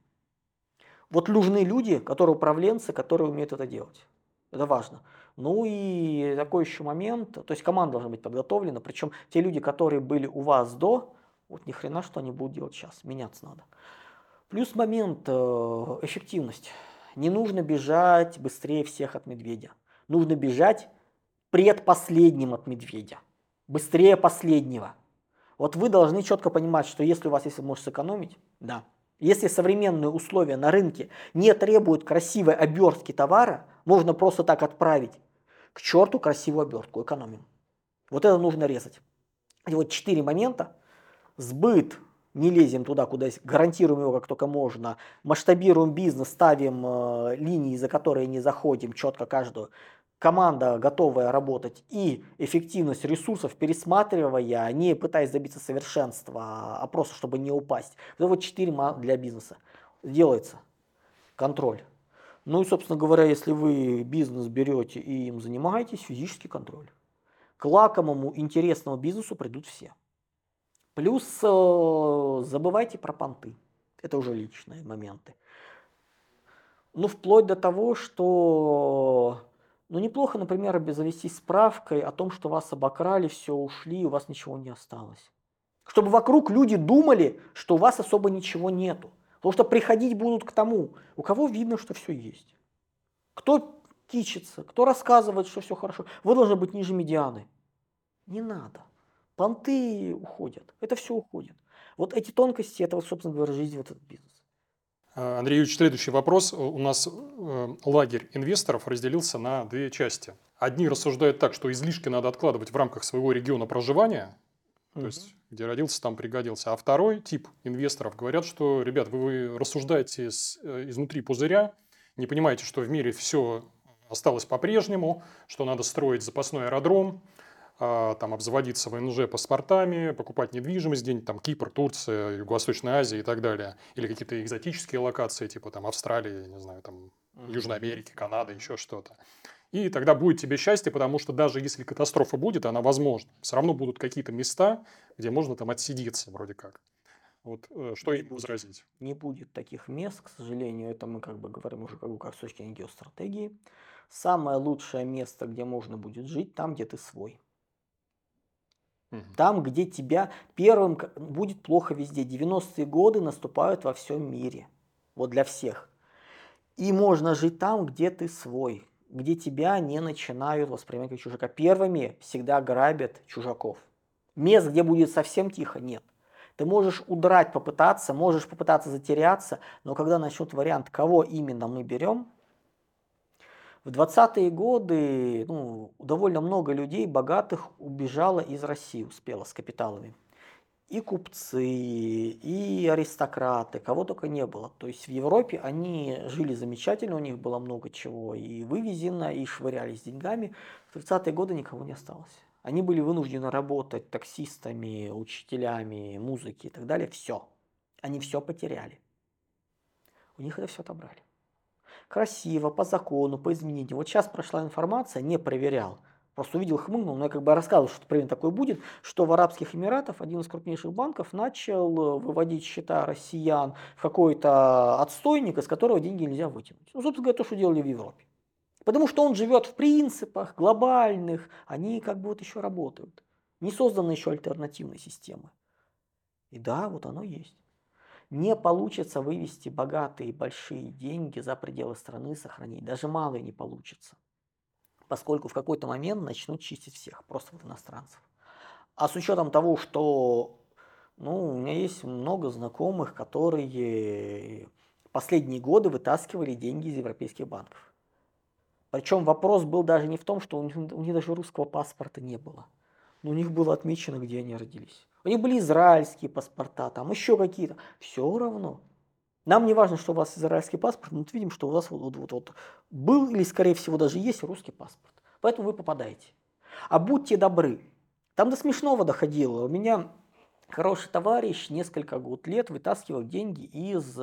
Вот нужны люди, которые управленцы, которые умеют это делать. Это важно. Ну и такой еще момент, то есть команда должна быть подготовлена, причем те люди, которые были у вас до, вот ни хрена что они будут делать сейчас, меняться надо. Плюс момент эффективность. Не нужно бежать быстрее всех от медведя. Нужно бежать предпоследним от медведя. Быстрее последнего. Вот вы должны четко понимать, что если у вас есть возможность сэкономить, да. Если современные условия на рынке не требуют красивой обертки товара, можно просто так отправить к черту красивую обертку, экономим. Вот это нужно резать. И вот 4 момента. Сбыт, не лезем туда, куда гарантируем его как только можно, масштабируем бизнес, ставим линии, за которые не заходим, четко каждую. Команда, готовая работать, и эффективность ресурсов, пересматривая, не пытаясь добиться совершенства, а просто чтобы не упасть. Это вот 4 для бизнеса. Делается контроль. Ну и, собственно говоря, если вы бизнес берете и им занимаетесь, физический контроль. К лакомому, интересному бизнесу придут все. Плюс забывайте про понты. Это уже личные моменты. Ну, вплоть до того, что неплохо, например, обзавестись справкой о том, что вас обокрали, все, ушли, у вас ничего не осталось. Чтобы вокруг люди думали, что у вас особо ничего нету. Потому что приходить будут к тому, у кого видно, что все есть. Кто кичится, кто рассказывает, что все хорошо. Вы должны быть ниже медианы. Не надо. Понты уходят. Это все уходит. Вот эти тонкости, это, вот, собственно говоря, жизнь в этот бизнес. Андрей Юрьевич, следующий вопрос. У нас лагерь инвесторов разделился на две части. Одни рассуждают так, что излишки надо откладывать в рамках своего региона проживания, то есть где родился, там пригодился. А второй тип инвесторов говорят, что, ребят, вы рассуждаете изнутри пузыря, не понимаете, что в мире все осталось по-прежнему, что надо строить запасной аэродром, там обзаводиться ВНЖ паспортами, покупать недвижимость где-нибудь, там Кипр, Турция, Юго-Восточная Азия и так далее. Или какие-то экзотические локации, типа там Австралии, не знаю, там Южной Америки, Канады, еще что-то. И тогда будет тебе счастье, потому что даже если катастрофа будет, она возможна. Все равно будут какие-то места, где можно там отсидеться вроде как. Вот что им возразить? Не будет таких мест, к сожалению, это мы как бы говорим уже как с точки зрения геостратегии. Самое лучшее место, где можно будет жить, там, где ты свой. Там, где тебя первым будет плохо везде. 90-е годы наступают во всем мире. Вот для всех. И можно жить там, где ты свой, где тебя не начинают воспринимать как чужака. Первыми всегда грабят чужаков. Мест, где будет совсем тихо, нет. Ты можешь удрать, попытаться, можешь попытаться затеряться, но когда начнут вариант, кого именно мы берем, в 20-е годы довольно много людей, богатых, убежало из России, успело с капиталами. И купцы, и аристократы, кого только не было. То есть в Европе они жили замечательно, у них было много чего и вывезено, и швырялись деньгами. В 30-е годы никого не осталось. Они были вынуждены работать таксистами, учителями музыки и так далее. Все. Они все потеряли. У них это все отобрали. Красиво, по закону, по изменению. Вот сейчас прошла информация, не проверял. Просто увидел, хмыкнул, но я как бы рассказывал, что примерно такое будет, что в Арабских Эмиратах один из крупнейших банков начал выводить счета россиян в какой-то отстойник, из которого деньги нельзя вытянуть. Ну, собственно говоря, то, что делали в Европе. Потому что он живет в принципах глобальных, они как бы вот еще работают. Не созданы еще альтернативной системы. И да, вот оно есть. Не получится вывести богатые большие деньги за пределы страны, сохранить. Даже малые не получится. Поскольку в какой-то момент начнут чистить всех, просто вот иностранцев. А с учетом того, что у меня есть много знакомых, которые последние годы вытаскивали деньги из европейских банков. Причем вопрос был даже не в том, что у них даже русского паспорта не было. Но у них было отмечено, где они родились. У них были израильские паспорта, там еще какие-то. Все равно. Нам не важно, что у вас израильский паспорт, мы видим, что у вас вот был или, скорее всего, даже есть русский паспорт. Поэтому вы попадаете. А будьте добры. Там до смешного доходило. У меня хороший товарищ несколько лет вытаскивал деньги из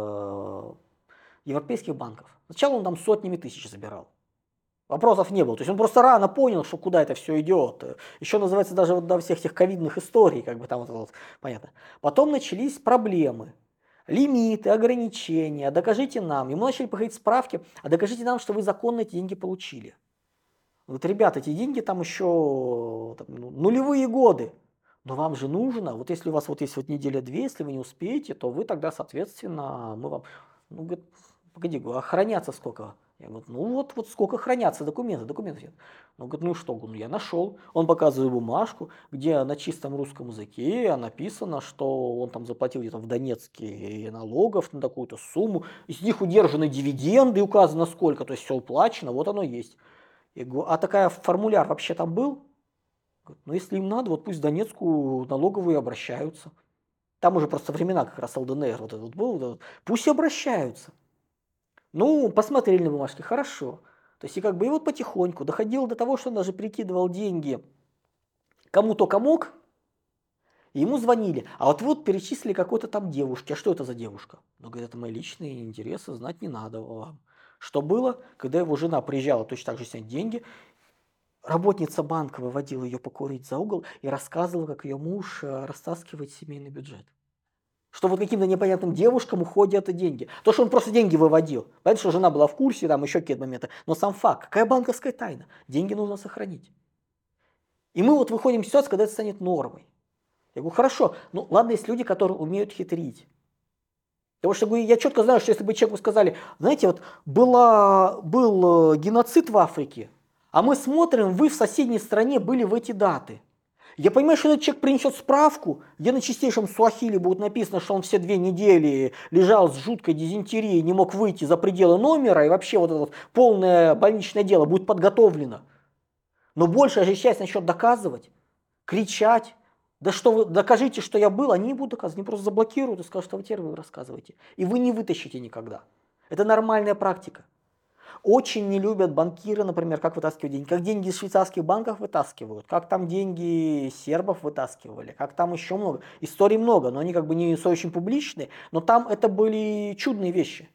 европейских банков. Сначала он там сотнями тысяч забирал. Вопросов не было. То есть он просто рано понял, что куда это все идет. Еще называется даже вот до всех этих ковидных историй, как бы там вот, понятно. Потом начались проблемы. Лимиты, ограничения, докажите нам. Ему начали приходить справки, а докажите нам, что вы законно эти деньги получили. Вот, ребята, эти деньги там еще нулевые годы. Но вам же нужно, вот если у вас вот есть вот неделя-две, если вы не успеете, то вы тогда, соответственно, мы вам... говорит, погоди, а хранятся сколько? Я говорю, вот сколько хранятся документов нет. Он говорит, что? Я нашел. Он показывает бумажку, где на чистом русском языке написано, что он там заплатил где-то в Донецке налогов на такую-то сумму, из них удержаны дивиденды, указано сколько, то есть все уплачено, вот оно есть. Я говорю, а такая формуляр вообще там был? Говорит, если им надо, вот пусть в Донецкую налоговые обращаются. Там уже просто времена как раз ЛДНР вот этот был, пусть обращаются. Посмотрели на бумажки, хорошо. То есть и вот потихоньку доходило до того, что он даже перекидывал деньги кому только мог, и ему звонили. А вот перечислили какой-то там девушке. А что это за девушка? Говорит, это мои личные интересы, знать не надо вам. Что было, когда его жена приезжала точно так же снять деньги, работница банка выводила ее покурить за угол и рассказывала, как ее муж растаскивает семейный бюджет. Что вот каким-то непонятным девушкам уходят деньги. То, что он просто деньги выводил. Понятно, что жена была в курсе, там еще какие-то моменты. Но сам факт, какая банковская тайна? Деньги нужно сохранить. И мы вот выходим из ситуации, когда это станет нормой. Я говорю, хорошо, ладно, есть люди, которые умеют хитрить. Потому что я четко знаю, что если бы человеку сказали, знаете, вот был геноцид в Африке, а мы смотрим, вы в соседней стране были в эти даты. Я понимаю, что этот человек принесет справку, где на чистейшем суахили будет написано, что он все 2 недели лежал с жуткой дизентерией, не мог выйти за пределы номера, и вообще вот это вот полное больничное дело будет подготовлено. Но большая же часть начнет доказывать, кричать. Да что вы, докажите, что я был, они не будут доказывать, они просто заблокируют и скажут, что теперь вы рассказываете. И вы не вытащите никогда. Это нормальная практика. Очень не любят банкиры, например, как вытаскивать деньги. Как деньги из швейцарских банков вытаскивают, как там деньги сербов вытаскивали, как там еще много. Историй много, но они не очень публичные. Но там это были чудные вещи.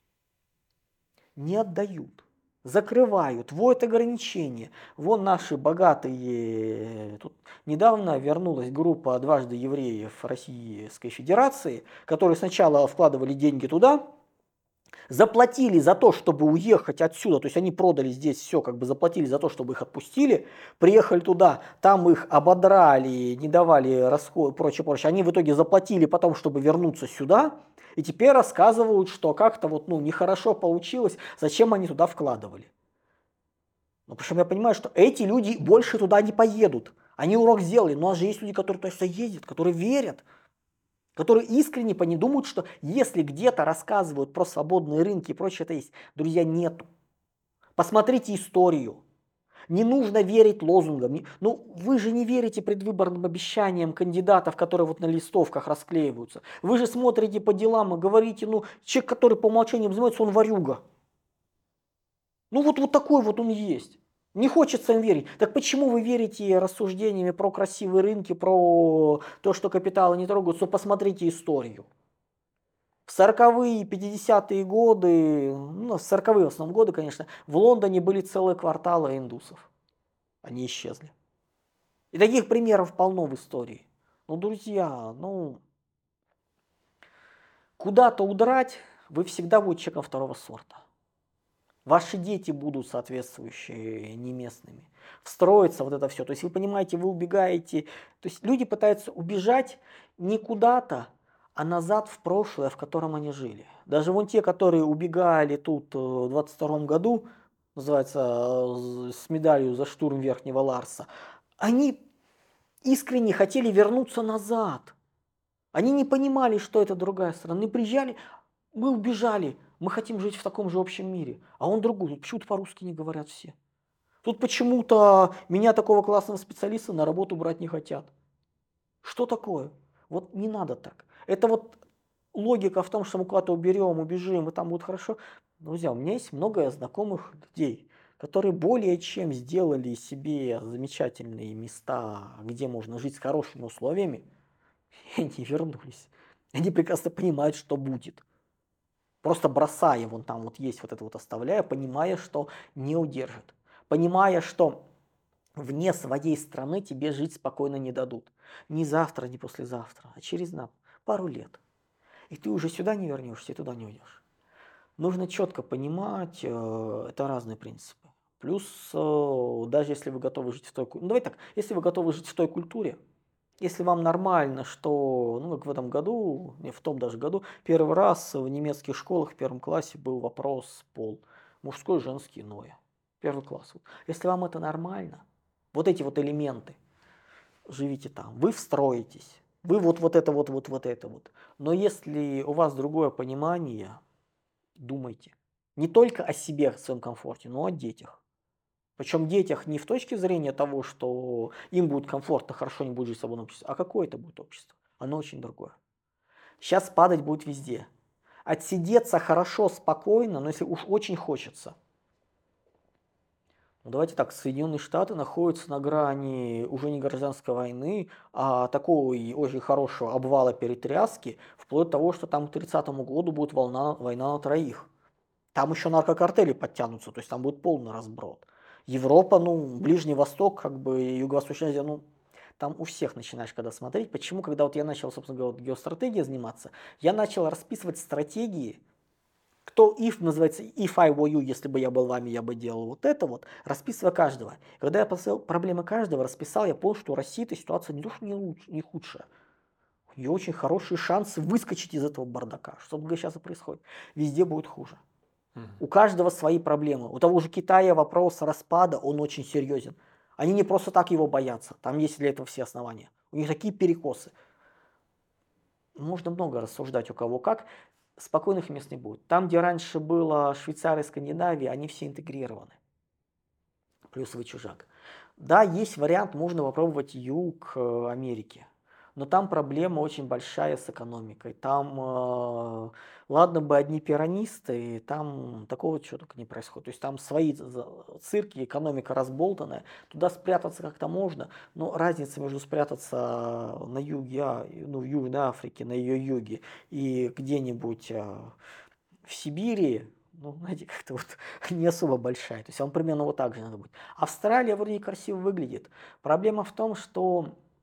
Не отдают. Закрывают, вводят ограничения. Вон наши богатые, тут недавно вернулась группа дважды евреев Российской Федерации, которые сначала вкладывали деньги туда, заплатили за то, чтобы уехать отсюда, то есть они продали здесь все, заплатили за то, чтобы их отпустили, приехали туда, там их ободрали, не давали расход, прочее. Они в итоге заплатили потом, чтобы вернуться сюда. И теперь рассказывают, что как-то вот, ну, нехорошо получилось, зачем они туда вкладывали. Ну, причем я понимаю, что эти люди больше туда не поедут. Они урок сделали, но у нас же есть люди, которые туда ездят, которые верят, которые искренне по ней думают, что если где-то рассказывают про свободные рынки и прочее, это есть. Друзья, нету. Посмотрите историю. Не нужно верить лозунгам. Ну, вы же не верите предвыборным обещаниям кандидатов, которые вот на листовках расклеиваются. Вы же смотрите по делам и говорите, ну, человек, который по умолчанию занимается, он ворюга. Ну, вот такой вот он есть. Не хочется им верить. Так почему вы верите рассуждениями про красивые рынки, про то, что капиталы не трогаются? Ну, посмотрите историю. В 40-е, 50-е годы, ну, в 40-е в основном годы, конечно, в Лондоне были целые кварталы индусов. Они исчезли. И таких примеров полно в истории. Ну, друзья, ну, куда-то удрать вы всегда будете человеком второго сорта. Ваши дети будут соответствующие не местными. Встроится вот это все. То есть вы понимаете, вы убегаете. То есть люди пытаются убежать не куда-то, а назад в прошлое, в котором они жили. Даже вон те, которые убегали тут в 22 году, называется, с медалью за штурм Верхнего Ларса, они искренне хотели вернуться назад. Они не понимали, что это другая страна. Они приезжали, мы убежали, мы хотим жить в таком же общем мире. А он другой. Тут почему-то по-русски не говорят все. Тут почему-то меня, такого классного специалиста, на работу брать не хотят. Что такое? Вот не надо так. Это вот логика в том, что мы куда-то уберем, убежим, и там будет хорошо. Друзья, у меня есть много знакомых людей, которые более чем сделали себе замечательные места, где можно жить с хорошими условиями, и они вернулись. Они прекрасно понимают, что будет. Просто бросая, вон там вот есть вот это вот оставляя, понимая, что не удержит. Понимая, что вне своей страны тебе жить спокойно не дадут. Не завтра, не послезавтра, а через пару лет. И ты уже сюда не вернешься, и туда не уйдешь. Нужно четко понимать, это разные принципы. Плюс, даже если вы готовы жить в той культуре, ну давай так, если вы готовы жить в той культуре, если вам нормально, что, ну, как в этом году, не в том даже году, первый раз в немецких школах в первом классе был вопрос пол. Мужской, женский, иное. Первый класс. Если вам это нормально, вот эти вот элементы, живите там, вы встроитесь, вы вот это вот это вот. Но если у вас другое понимание, думайте. Не только о себе, о своем комфорте, но о детях. Причем детях не в точке зрения того, что им будет комфортно, хорошо, не будет жить в свободном обществе, а какое это будет общество. Оно очень другое. Сейчас падать будет везде. Отсидеться хорошо, спокойно, но если уж очень хочется. Ну, давайте так, Соединенные Штаты находятся на грани уже не гражданской войны, а такого и очень хорошего обвала перетряски, вплоть до того, что там к 30-му году будет война на троих. Там еще наркокартели подтянутся, то есть там будет полный разброд. Европа, ну, Ближний Восток, как бы Юго-Восточная Азия, ну, там у всех начинаешь когда смотреть. Почему, когда вот я начал, собственно говоря, вот геостратегией заниматься, я начал расписывать стратегии, кто if называется, if I were you, если бы я был вами, я бы делал вот это вот, расписывая каждого. Когда я поставил проблемы каждого, расписал, я понял, что у России эта ситуация не то, что не худшая. У нее очень хорошие шансы выскочить из этого бардака. Что сейчас и происходит. Везде будет хуже. У каждого свои проблемы. У того же Китая вопрос распада, он очень серьезен. Они не просто так его боятся. Там есть для этого все основания. У них такие перекосы. Можно много рассуждать у кого как. Спокойных мест не будет. Там, где раньше было Швейцария, Скандинавия, они все интегрированы. Плюс вы чужак. Да, есть вариант, можно попробовать юг Америки. Но там проблема очень большая с экономикой. Там, ладно бы одни пиранисты, там такого чего только не происходит. То есть там свои цирки, экономика разболтанная. Туда спрятаться как-то можно, но разница между спрятаться на юге, ну, в Южной Африке, на ее юге, и где-нибудь в Сибири, ну, знаете, как-то вот не особо большая. То есть вам примерно вот так же надо будет. Австралия вроде красиво выглядит. Проблема в том, что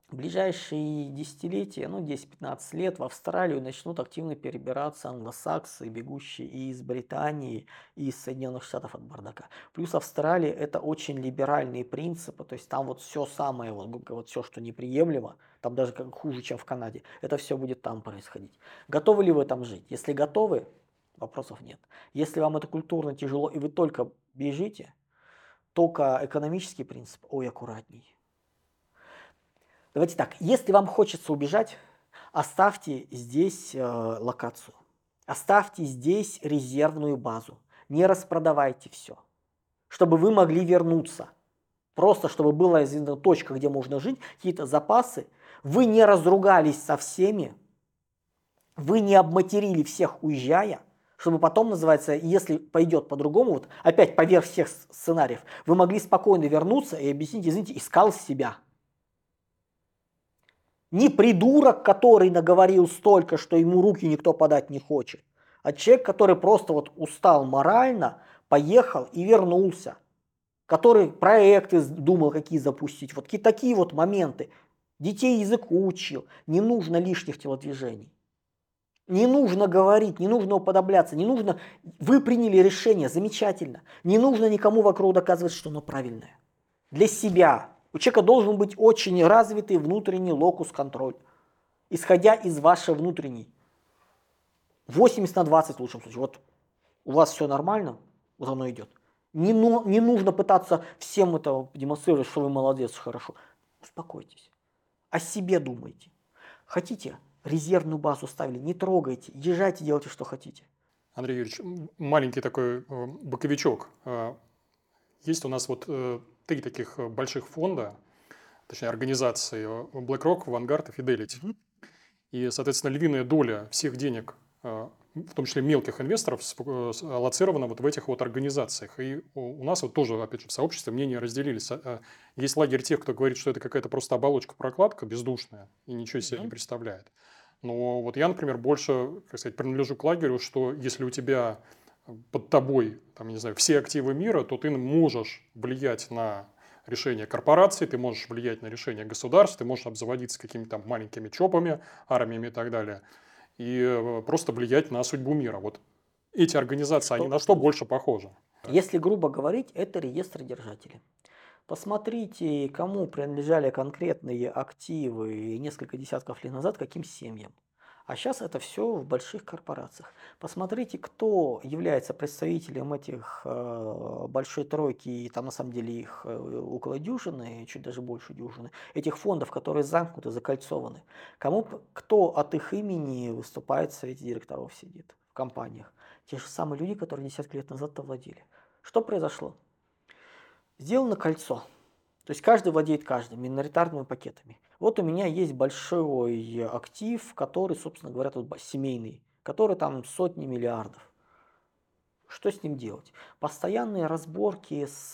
В ближайшие десятилетия, ну 10-15 лет, в Австралию начнут активно перебираться англосаксы, бегущие и из Британии, и из Соединенных Штатов от бардака. Плюс Австралия это очень либеральные принципы, то есть там вот все самое, вот все, что неприемлемо, там даже как хуже, чем в Канаде, это все будет там происходить. Готовы ли вы там жить? Если готовы, вопросов нет. Если вам это культурно тяжело и вы только бежите, только экономический принцип, ой, аккуратней. Давайте так, если вам хочется убежать, оставьте здесь локацию, оставьте здесь резервную базу, не распродавайте все, чтобы вы могли вернуться. Просто чтобы была известна точка, где можно жить, какие-то запасы, вы не разругались со всеми, вы не обматерили всех уезжая, чтобы потом, называется, если пойдет по-другому, вот опять поверх всех сценариев, вы могли спокойно вернуться и объяснить, извините, искал себя. Не придурок, который наговорил столько, что ему руки никто подать не хочет, а человек, который просто вот устал морально, поехал и вернулся, который проекты думал, какие запустить, вот такие вот моменты. Детей языку учил, не нужно лишних телодвижений. Не нужно говорить, не нужно уподобляться, не нужно... Вы приняли решение, замечательно. Не нужно никому вокруг доказывать, что оно правильное. Для себя. У человека должен быть очень развитый внутренний локус-контроль, исходя из вашей внутренней. 80/20 в лучшем случае. Вот у вас все нормально, вот оно идет. Не нужно пытаться всем это демонстрировать, что вы молодец, хорошо. Успокойтесь. О себе думайте. Хотите, резервную базу ставили, не трогайте, езжайте, делайте, что хотите. Андрей Юрьевич, маленький такой боковичок. Есть у нас вот 3 таких больших фонда, точнее организации: BlackRock, Vanguard и Fidelity. И, соответственно, львиная доля всех денег, в том числе мелких инвесторов, аллоцирована вот в этих вот организациях. И у нас вот тоже, опять же, в сообществе мнения разделились. Есть лагерь тех, кто говорит, что это какая-то просто оболочка-прокладка бездушная и ничего себе не представляет. Но вот я, например, больше, как сказать, принадлежу к лагерю, что если у тебя под тобой, там, я не знаю, все активы мира, то ты можешь влиять на решения корпораций, ты можешь влиять на решения государств, ты можешь обзаводиться какими-то там маленькими ЧОПами, армиями и так далее, и просто влиять на судьбу мира. Вот эти организации, они на что больше похожи? Если грубо говорить, это реестр держателей. Посмотрите, кому принадлежали конкретные активы несколько десятков лет назад, каким семьям. А сейчас это все в больших корпорациях. Посмотрите, кто является представителем этих большой тройки, и там на самом деле их около дюжины, чуть даже больше дюжины, этих фондов, которые замкнуты, закольцованы. Кто от их имени выступает в совете директоров сидит в компаниях? Те же самые люди, которые десятки лет назад-то владели. Что произошло? Сделано кольцо. То есть каждый владеет каждым, миноритарными пакетами. Вот у меня есть большой актив, который, собственно говоря, тут семейный, который там сотни миллиардов. Что с ним делать? Постоянные разборки с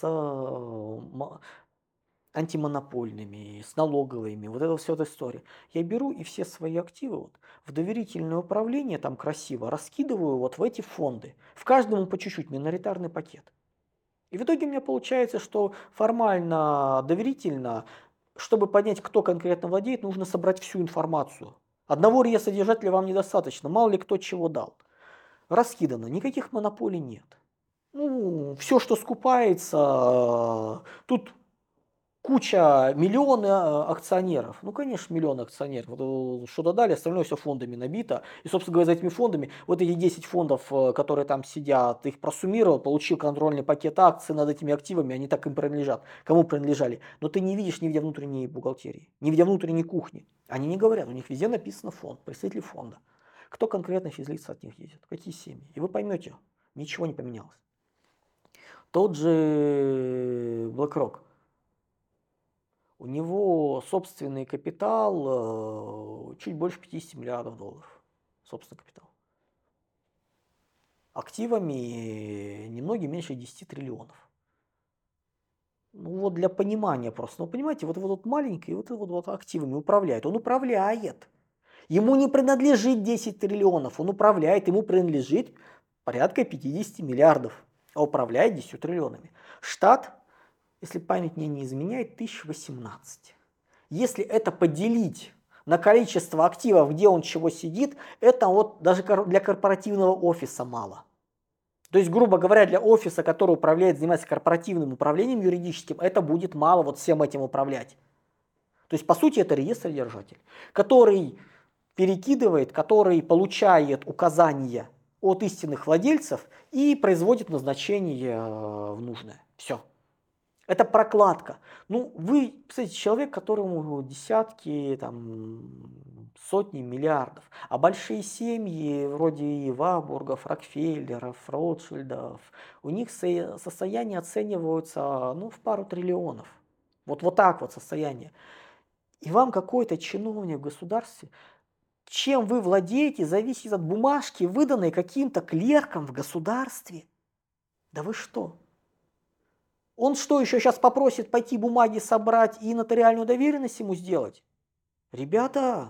антимонопольными, с налоговыми, вот это все эта история. Я беру и все свои активы вот в доверительное управление, там красиво, раскидываю вот в эти фонды. В каждом по чуть-чуть, миноритарный пакет. И в итоге у меня получается, что формально, доверительно, чтобы понять, кто конкретно владеет, нужно собрать всю информацию. Одного реестра держателя вам недостаточно, мало ли кто чего дал. Раскидано, никаких монополий нет. Ну, все, что скупается, тут куча, миллионы акционеров. Ну, конечно, миллионы акционеров. Вот, что-то дали, остальное все фондами набито. И, собственно говоря, за этими фондами, вот эти 10 фондов, которые там сидят, их просуммировал, получил контрольный пакет акций над этими активами, они так им принадлежат. Кому принадлежали? Но ты не видишь, не видя внутренней бухгалтерии, не видя внутренней кухни. Они не говорят, у них везде написано фонд, представитель фонда. Кто конкретно физлица от них ездит, какие семьи. И вы поймете, ничего не поменялось. Тот же BlackRock. У него собственный капитал чуть больше 50 миллиардов долларов. Собственный капитал. Активами немного меньше 10 триллионов. Ну вот для понимания просто. Ну понимаете, вот маленький, вот активами управляет. Он управляет. Ему не принадлежит 10 триллионов. Он управляет, ему принадлежит порядка 50 миллиардов. А управляет 10 триллионами. Штат, если память мне не изменяет, 1018. Если это поделить на количество активов, где он чего сидит, это вот даже для корпоративного офиса мало. То есть, грубо говоря, для офиса, который занимается корпоративным управлением юридическим, это будет мало вот всем этим управлять. То есть, по сути, это реестродержатель, который перекидывает, который получает указания от истинных владельцев и производит назначение в нужное. Все. Это прокладка. Ну, вы, кстати, человек, которому десятки, там, сотни миллиардов. А большие семьи, вроде Вабургов, Рокфеллеров, Ротшильдов, у них состояние оцениваются, ну, в пару триллионов. Вот так вот состояние. И вам какой-то чиновник в государстве, чем вы владеете, зависит от бумажки, выданной каким-то клерком в государстве. Да вы что? Он что, еще сейчас попросит пойти бумаги собрать и нотариальную доверенность ему сделать? Ребята,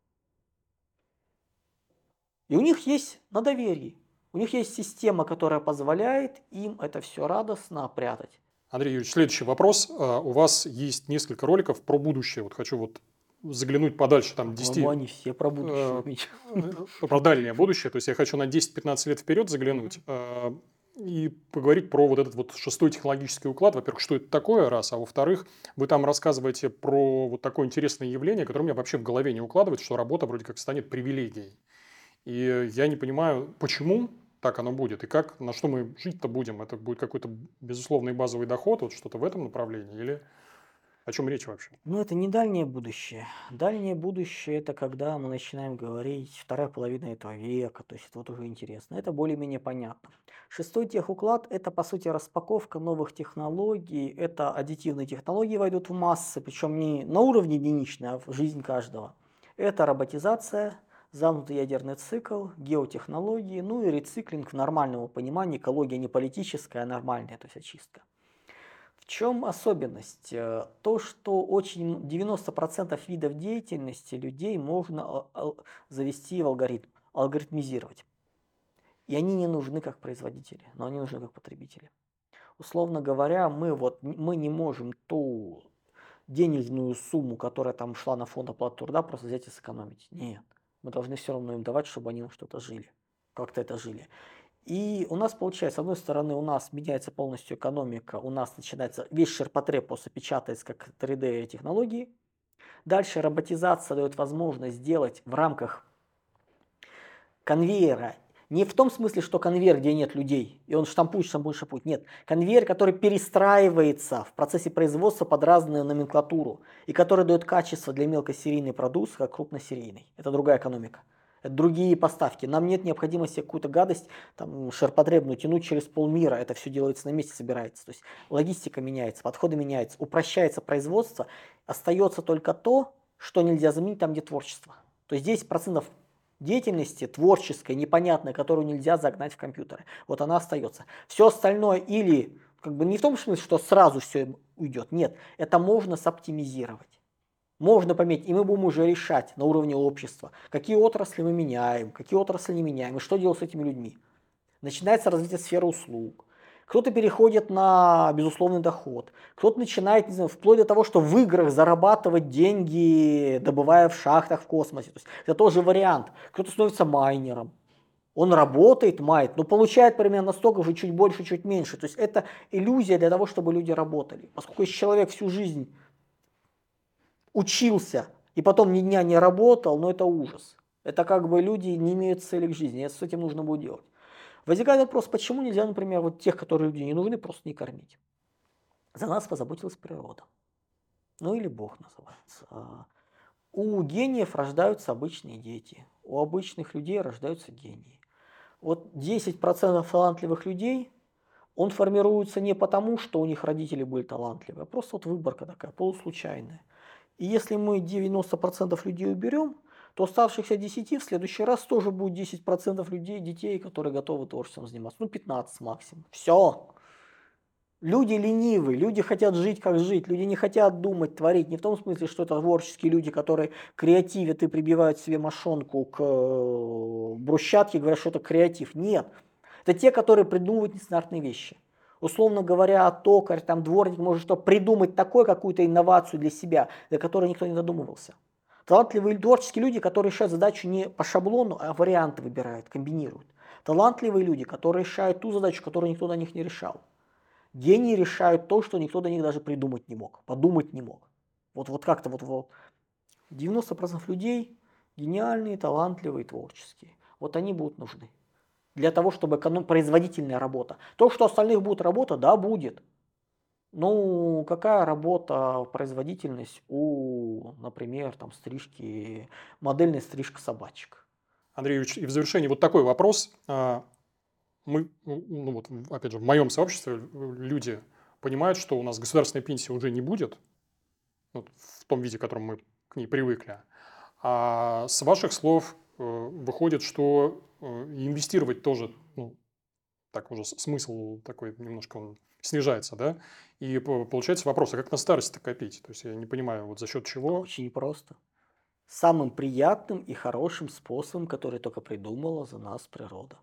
и у них есть на доверии, у них есть система, которая позволяет им это все радостно опрятать. Андрей Юрьевич, следующий вопрос. У вас есть несколько роликов про будущее. Вот хочу вот заглянуть подальше, там, 10... По-моему, они все про будущее. Про дальнее будущее. То есть я хочу на 10-15 лет вперед заглянуть и поговорить про вот этот вот 6-й технологический уклад. Во-первых, что это такое, раз. А во-вторых, вы там рассказываете про вот такое интересное явление, которое у меня вообще в голове не укладывается, что работа вроде как станет привилегией. И я не понимаю, почему так оно будет, и как, на что мы жить-то будем. Это будет какой-то безусловный базовый доход, вот что-то в этом направлении, или о чем речь вообще? Ну, это не дальнее будущее. Дальнее будущее – это когда мы начинаем говорить вторая половина этого века, то есть это вот уже интересно. Это более-менее понятно. 6-й техуклад – это, по сути, распаковка новых технологий, это аддитивные технологии войдут в массы, причем не на уровне единичной, а в жизнь каждого. Это роботизация, замкнутый ядерный цикл, геотехнологии, ну и рециклинг в нормальном понимании, экология не политическая, а нормальная, то есть очистка. В чем особенность? То, что очень 90% видов деятельности людей можно завести в алгоритм, алгоритмизировать. И они не нужны как производители, но они нужны как потребители. Условно говоря, мы не можем ту денежную сумму, которая там шла на фонд оплаты труда, просто взять и сэкономить. Нет. Мы должны все равно им давать, чтобы они на что-то жили. Как-то это жили. И у нас получается, с одной стороны, у нас меняется полностью экономика, у нас начинается весь ширпотреб просто печатается как 3D-технологии. Дальше роботизация дает возможность сделать в рамках конвейера, не в том смысле, что конвейер, где нет людей, и он штампует, штампует. Нет, конвейер, который перестраивается в процессе производства под разную номенклатуру, и который дает качество для мелкосерийной продукции, как крупносерийной. Это другая экономика. Это другие поставки. Нам нет необходимости какую-то гадость там, ширпотребную тянуть через полмира. Это все делается на месте, собирается. То есть логистика меняется, подходы меняются, упрощается производство. Остается только то, что нельзя заменить там, где творчество. То есть 10% деятельности творческой, непонятной, которую нельзя загнать в компьютеры. Вот она остается. Все остальное или как бы не в том смысле, что сразу все уйдет. Нет, это можно соптимизировать. Можно пометить, и мы будем уже решать на уровне общества, какие отрасли мы меняем, какие отрасли не меняем, и что делать с этими людьми. Начинается развитие сферы услуг. Кто-то переходит на безусловный доход. Кто-то начинает, не знаю, вплоть до того, что в играх зарабатывать деньги, добывая в шахтах в космосе. То есть это тоже вариант. Кто-то становится майнером. Он работает, майнит, но получает примерно столько же, чуть больше, чуть меньше. То есть это иллюзия для того, чтобы люди работали. Поскольку если человек всю жизнь учился и потом ни дня не работал, но это ужас. Это как бы люди не имеют цели к жизни, с этим нужно будет делать. Возникает вопрос, почему нельзя, например, вот тех, которые люди не нужны, просто не кормить? За нас позаботилась природа. Ну или Бог называется. У гениев рождаются обычные дети, у обычных людей рождаются гении. Вот 10% талантливых людей, он формируется не потому, что у них родители были талантливые, а просто вот выборка такая, полуслучайная. И если мы 90% людей уберем, то оставшихся 10 в следующий раз тоже будет 10% людей, детей, которые готовы творчеством заниматься. Ну, 15 максимум. Все. Люди ленивые, люди хотят жить, как жить, люди не хотят думать, творить. Не в том смысле, что это творческие люди, которые креативят и прибивают себе мошонку к брусчатке, говорят, что это креатив. Нет. Это те, которые придумывают нестандартные вещи. Условно говоря, токарь, там, дворник может что придумать такое, какую-то инновацию для себя, до которой никто не додумывался. Талантливые творческие люди, которые решают задачу не по шаблону, а варианты выбирают, комбинируют. Талантливые люди, которые решают ту задачу, которую никто до них не решал. Гении решают то, что никто до них даже придумать не мог, подумать не мог. Вот как-то вот 90% людей гениальные, талантливые, творческие. Вот они будут нужны. Для того, чтобы производительная работа. То, что остальных будет работа, да, будет. Ну, какая работа, производительность у, например, там, стрижки, модельной стрижка собачек? Андрей Юрьевич, и в завершении вот такой вопрос. Мы, ну вот, опять же, в моем сообществе люди понимают, что у нас государственной пенсии уже не будет, вот, в том виде, в котором мы к ней привыкли. А с ваших слов выходит, что инвестировать тоже, ну, так уже смысл такой немножко он снижается, да? И получается вопрос, а как на старости-то копить? То есть я не понимаю, вот за счет чего? Очень просто. Самым приятным и хорошим способом, который только придумала за нас природа.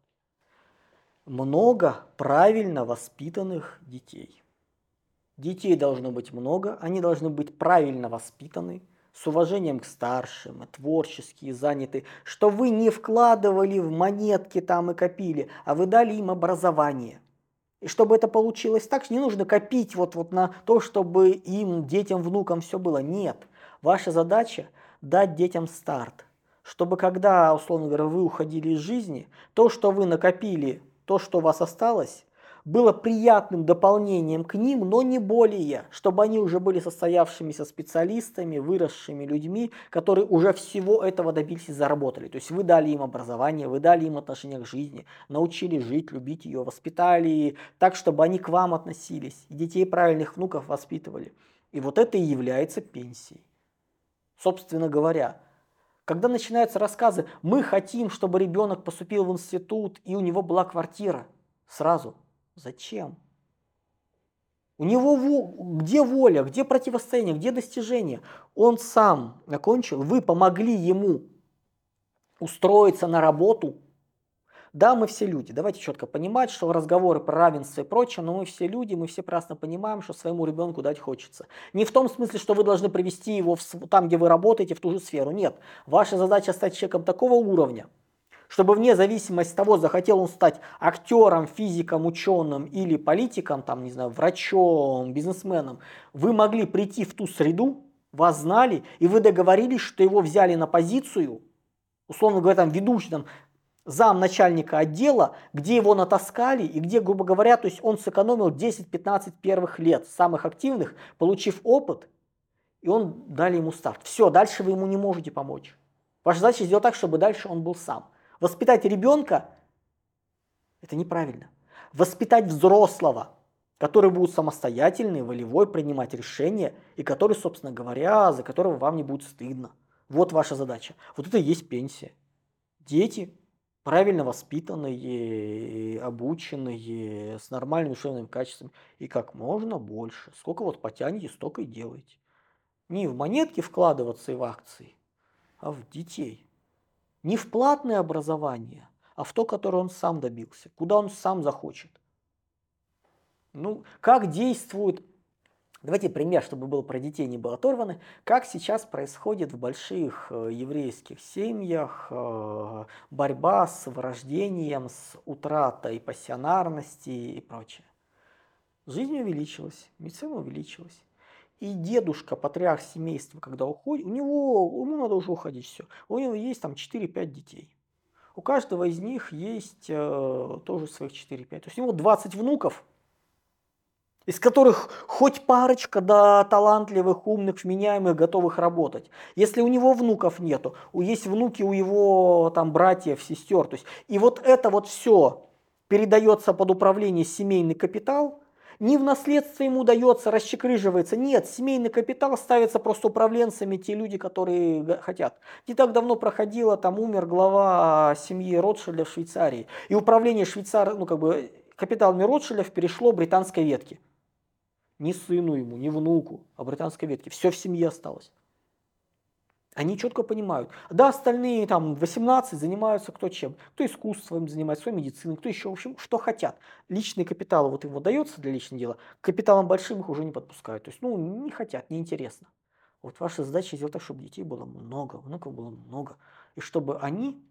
Много правильно воспитанных детей. Детей должно быть много, они должны быть правильно воспитаны, с уважением к старшим, творческие, заняты, что вы не вкладывали в монетки там и копили, а вы дали им образование. И чтобы это получилось так, не нужно копить вот на то, чтобы им, детям, внукам все было. Нет. Ваша задача дать детям старт. Чтобы когда, условно говоря, вы уходили из жизни, то, что вы накопили, то, что у вас осталось, было приятным дополнением к ним, но не более, чтобы они уже были состоявшимися специалистами, выросшими людьми, которые уже всего этого добились и заработали. То есть вы дали им образование, вы дали им отношение к жизни, научили жить, любить ее, воспитали так, чтобы они к вам относились, и детей правильных внуков воспитывали. И вот это и является пенсией. Собственно говоря, когда начинаются рассказы, мы хотим, чтобы ребенок поступил в институт и у него была квартира, сразу. Зачем? У него где воля, где противостояние, где достижение? Он сам окончил, вы помогли ему устроиться на работу. Да, мы все люди, давайте четко понимать, что разговоры про равенство и прочее, но мы все люди, мы все прекрасно понимаем, что своему ребенку дать хочется. Не в том смысле, что вы должны привести его там, где вы работаете, в ту же сферу, нет. Ваша задача стать человеком такого уровня, чтобы вне зависимости от того, захотел он стать актером, физиком, ученым или политиком, там, не знаю, врачом, бизнесменом, вы могли прийти в ту среду, вас знали, и вы договорились, что его взяли на позицию, условно говоря, там, ведущий, там, замначальника отдела, где его натаскали и где, грубо говоря, то есть он сэкономил 10-15 первых лет самых активных, получив опыт, и он дали ему старт. Все, дальше вы ему не можете помочь. Ваша задача сделать так, чтобы дальше он был сам. Воспитать ребенка – это неправильно. Воспитать взрослого, который будет самостоятельный, волевой, принимать решения, и который, собственно говоря, за которого вам не будет стыдно. Вот ваша задача. Вот это и есть пенсия. Дети, правильно воспитанные, обученные, с нормальными душевными качествами, и как можно больше. Сколько вот потянете, столько и делайте. Не в монетки вкладываться и в акции, а в детей. Не в платное образование, а в то, которое он сам добился, куда он сам захочет. Ну, как действует, давайте пример, чтобы было про детей не было оторваны, как сейчас происходит в больших еврейских семьях борьба с вырождением, с утратой пассионарности и прочее. Жизнь увеличилась, медицина увеличилась. И дедушка, патриарх семейства, когда уходит, ему надо уже уходить все. У него есть там 4-5 детей. У каждого из них есть тоже своих 4-5. То есть у него 20 внуков, из которых хоть парочка, да, талантливых, умных, вменяемых, готовых работать. Если у него внуков нету, есть внуки у его там братьев, сестер. То есть, и вот это вот все передается под управление семейный капитал. Не в наследство ему дается, расчекрыживается. Нет, семейный капитал ставится просто управленцами, те люди, которые хотят. Не так давно проходило, там умер глава семьи Ротшильда в Швейцарии. И управление капиталами Ротшильдов перешло британской ветке. Ни сыну ему, ни внуку, а британской ветке. Все в семье осталось. Они четко понимают. Да, остальные там 18 занимаются кто чем. Кто искусством занимается, кто медициной, кто еще, в общем, что хотят. Личный капитал вот ему дается для личного дела, к капиталам большим их уже не подпускают. То есть, ну, не хотят, неинтересно. Вот ваша задача сделать так, чтобы детей было много, внуков было много. И чтобы они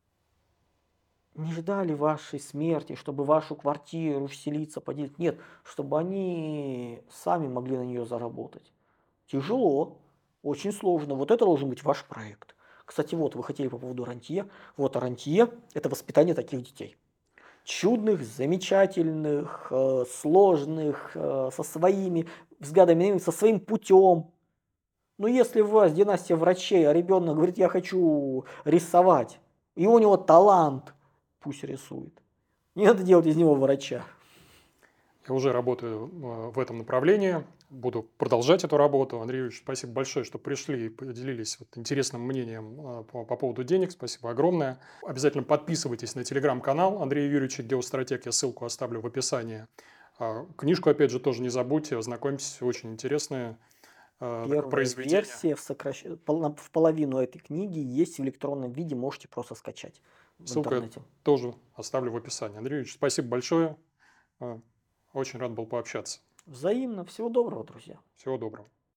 не ждали вашей смерти, чтобы вашу квартиру вселиться, поделить. Нет, чтобы они сами могли на нее заработать. Тяжело, очень сложно. Вот это должен быть ваш проект. Кстати, вот вы хотели по поводу рантье. Вот рантье – это воспитание таких детей. Чудных, замечательных, сложных, со своими взглядами, со своим путем. Но если у вас династия врачей, а ребенок говорит, я хочу рисовать, и у него талант, пусть рисует. Не надо делать из него врача. Я уже работаю в этом направлении, буду продолжать эту работу. Андрей Юрьевич, спасибо большое, что пришли и поделились вот интересным мнением по поводу денег. Спасибо огромное. Обязательно подписывайтесь на телеграм-канал Андрея Юрьевича «Геостратег». Я ссылку оставлю в описании. Книжку, опять же, тоже не забудьте, ознакомьтесь. Очень интересное такое Первая произведение. версия в половину этой книги есть в электронном виде, можете просто скачать в Ссылку я интернете. тоже оставлю в описании. Андрей Юрьевич, спасибо большое. Очень рад был пообщаться. Взаимно. Всего доброго, друзья. Всего доброго.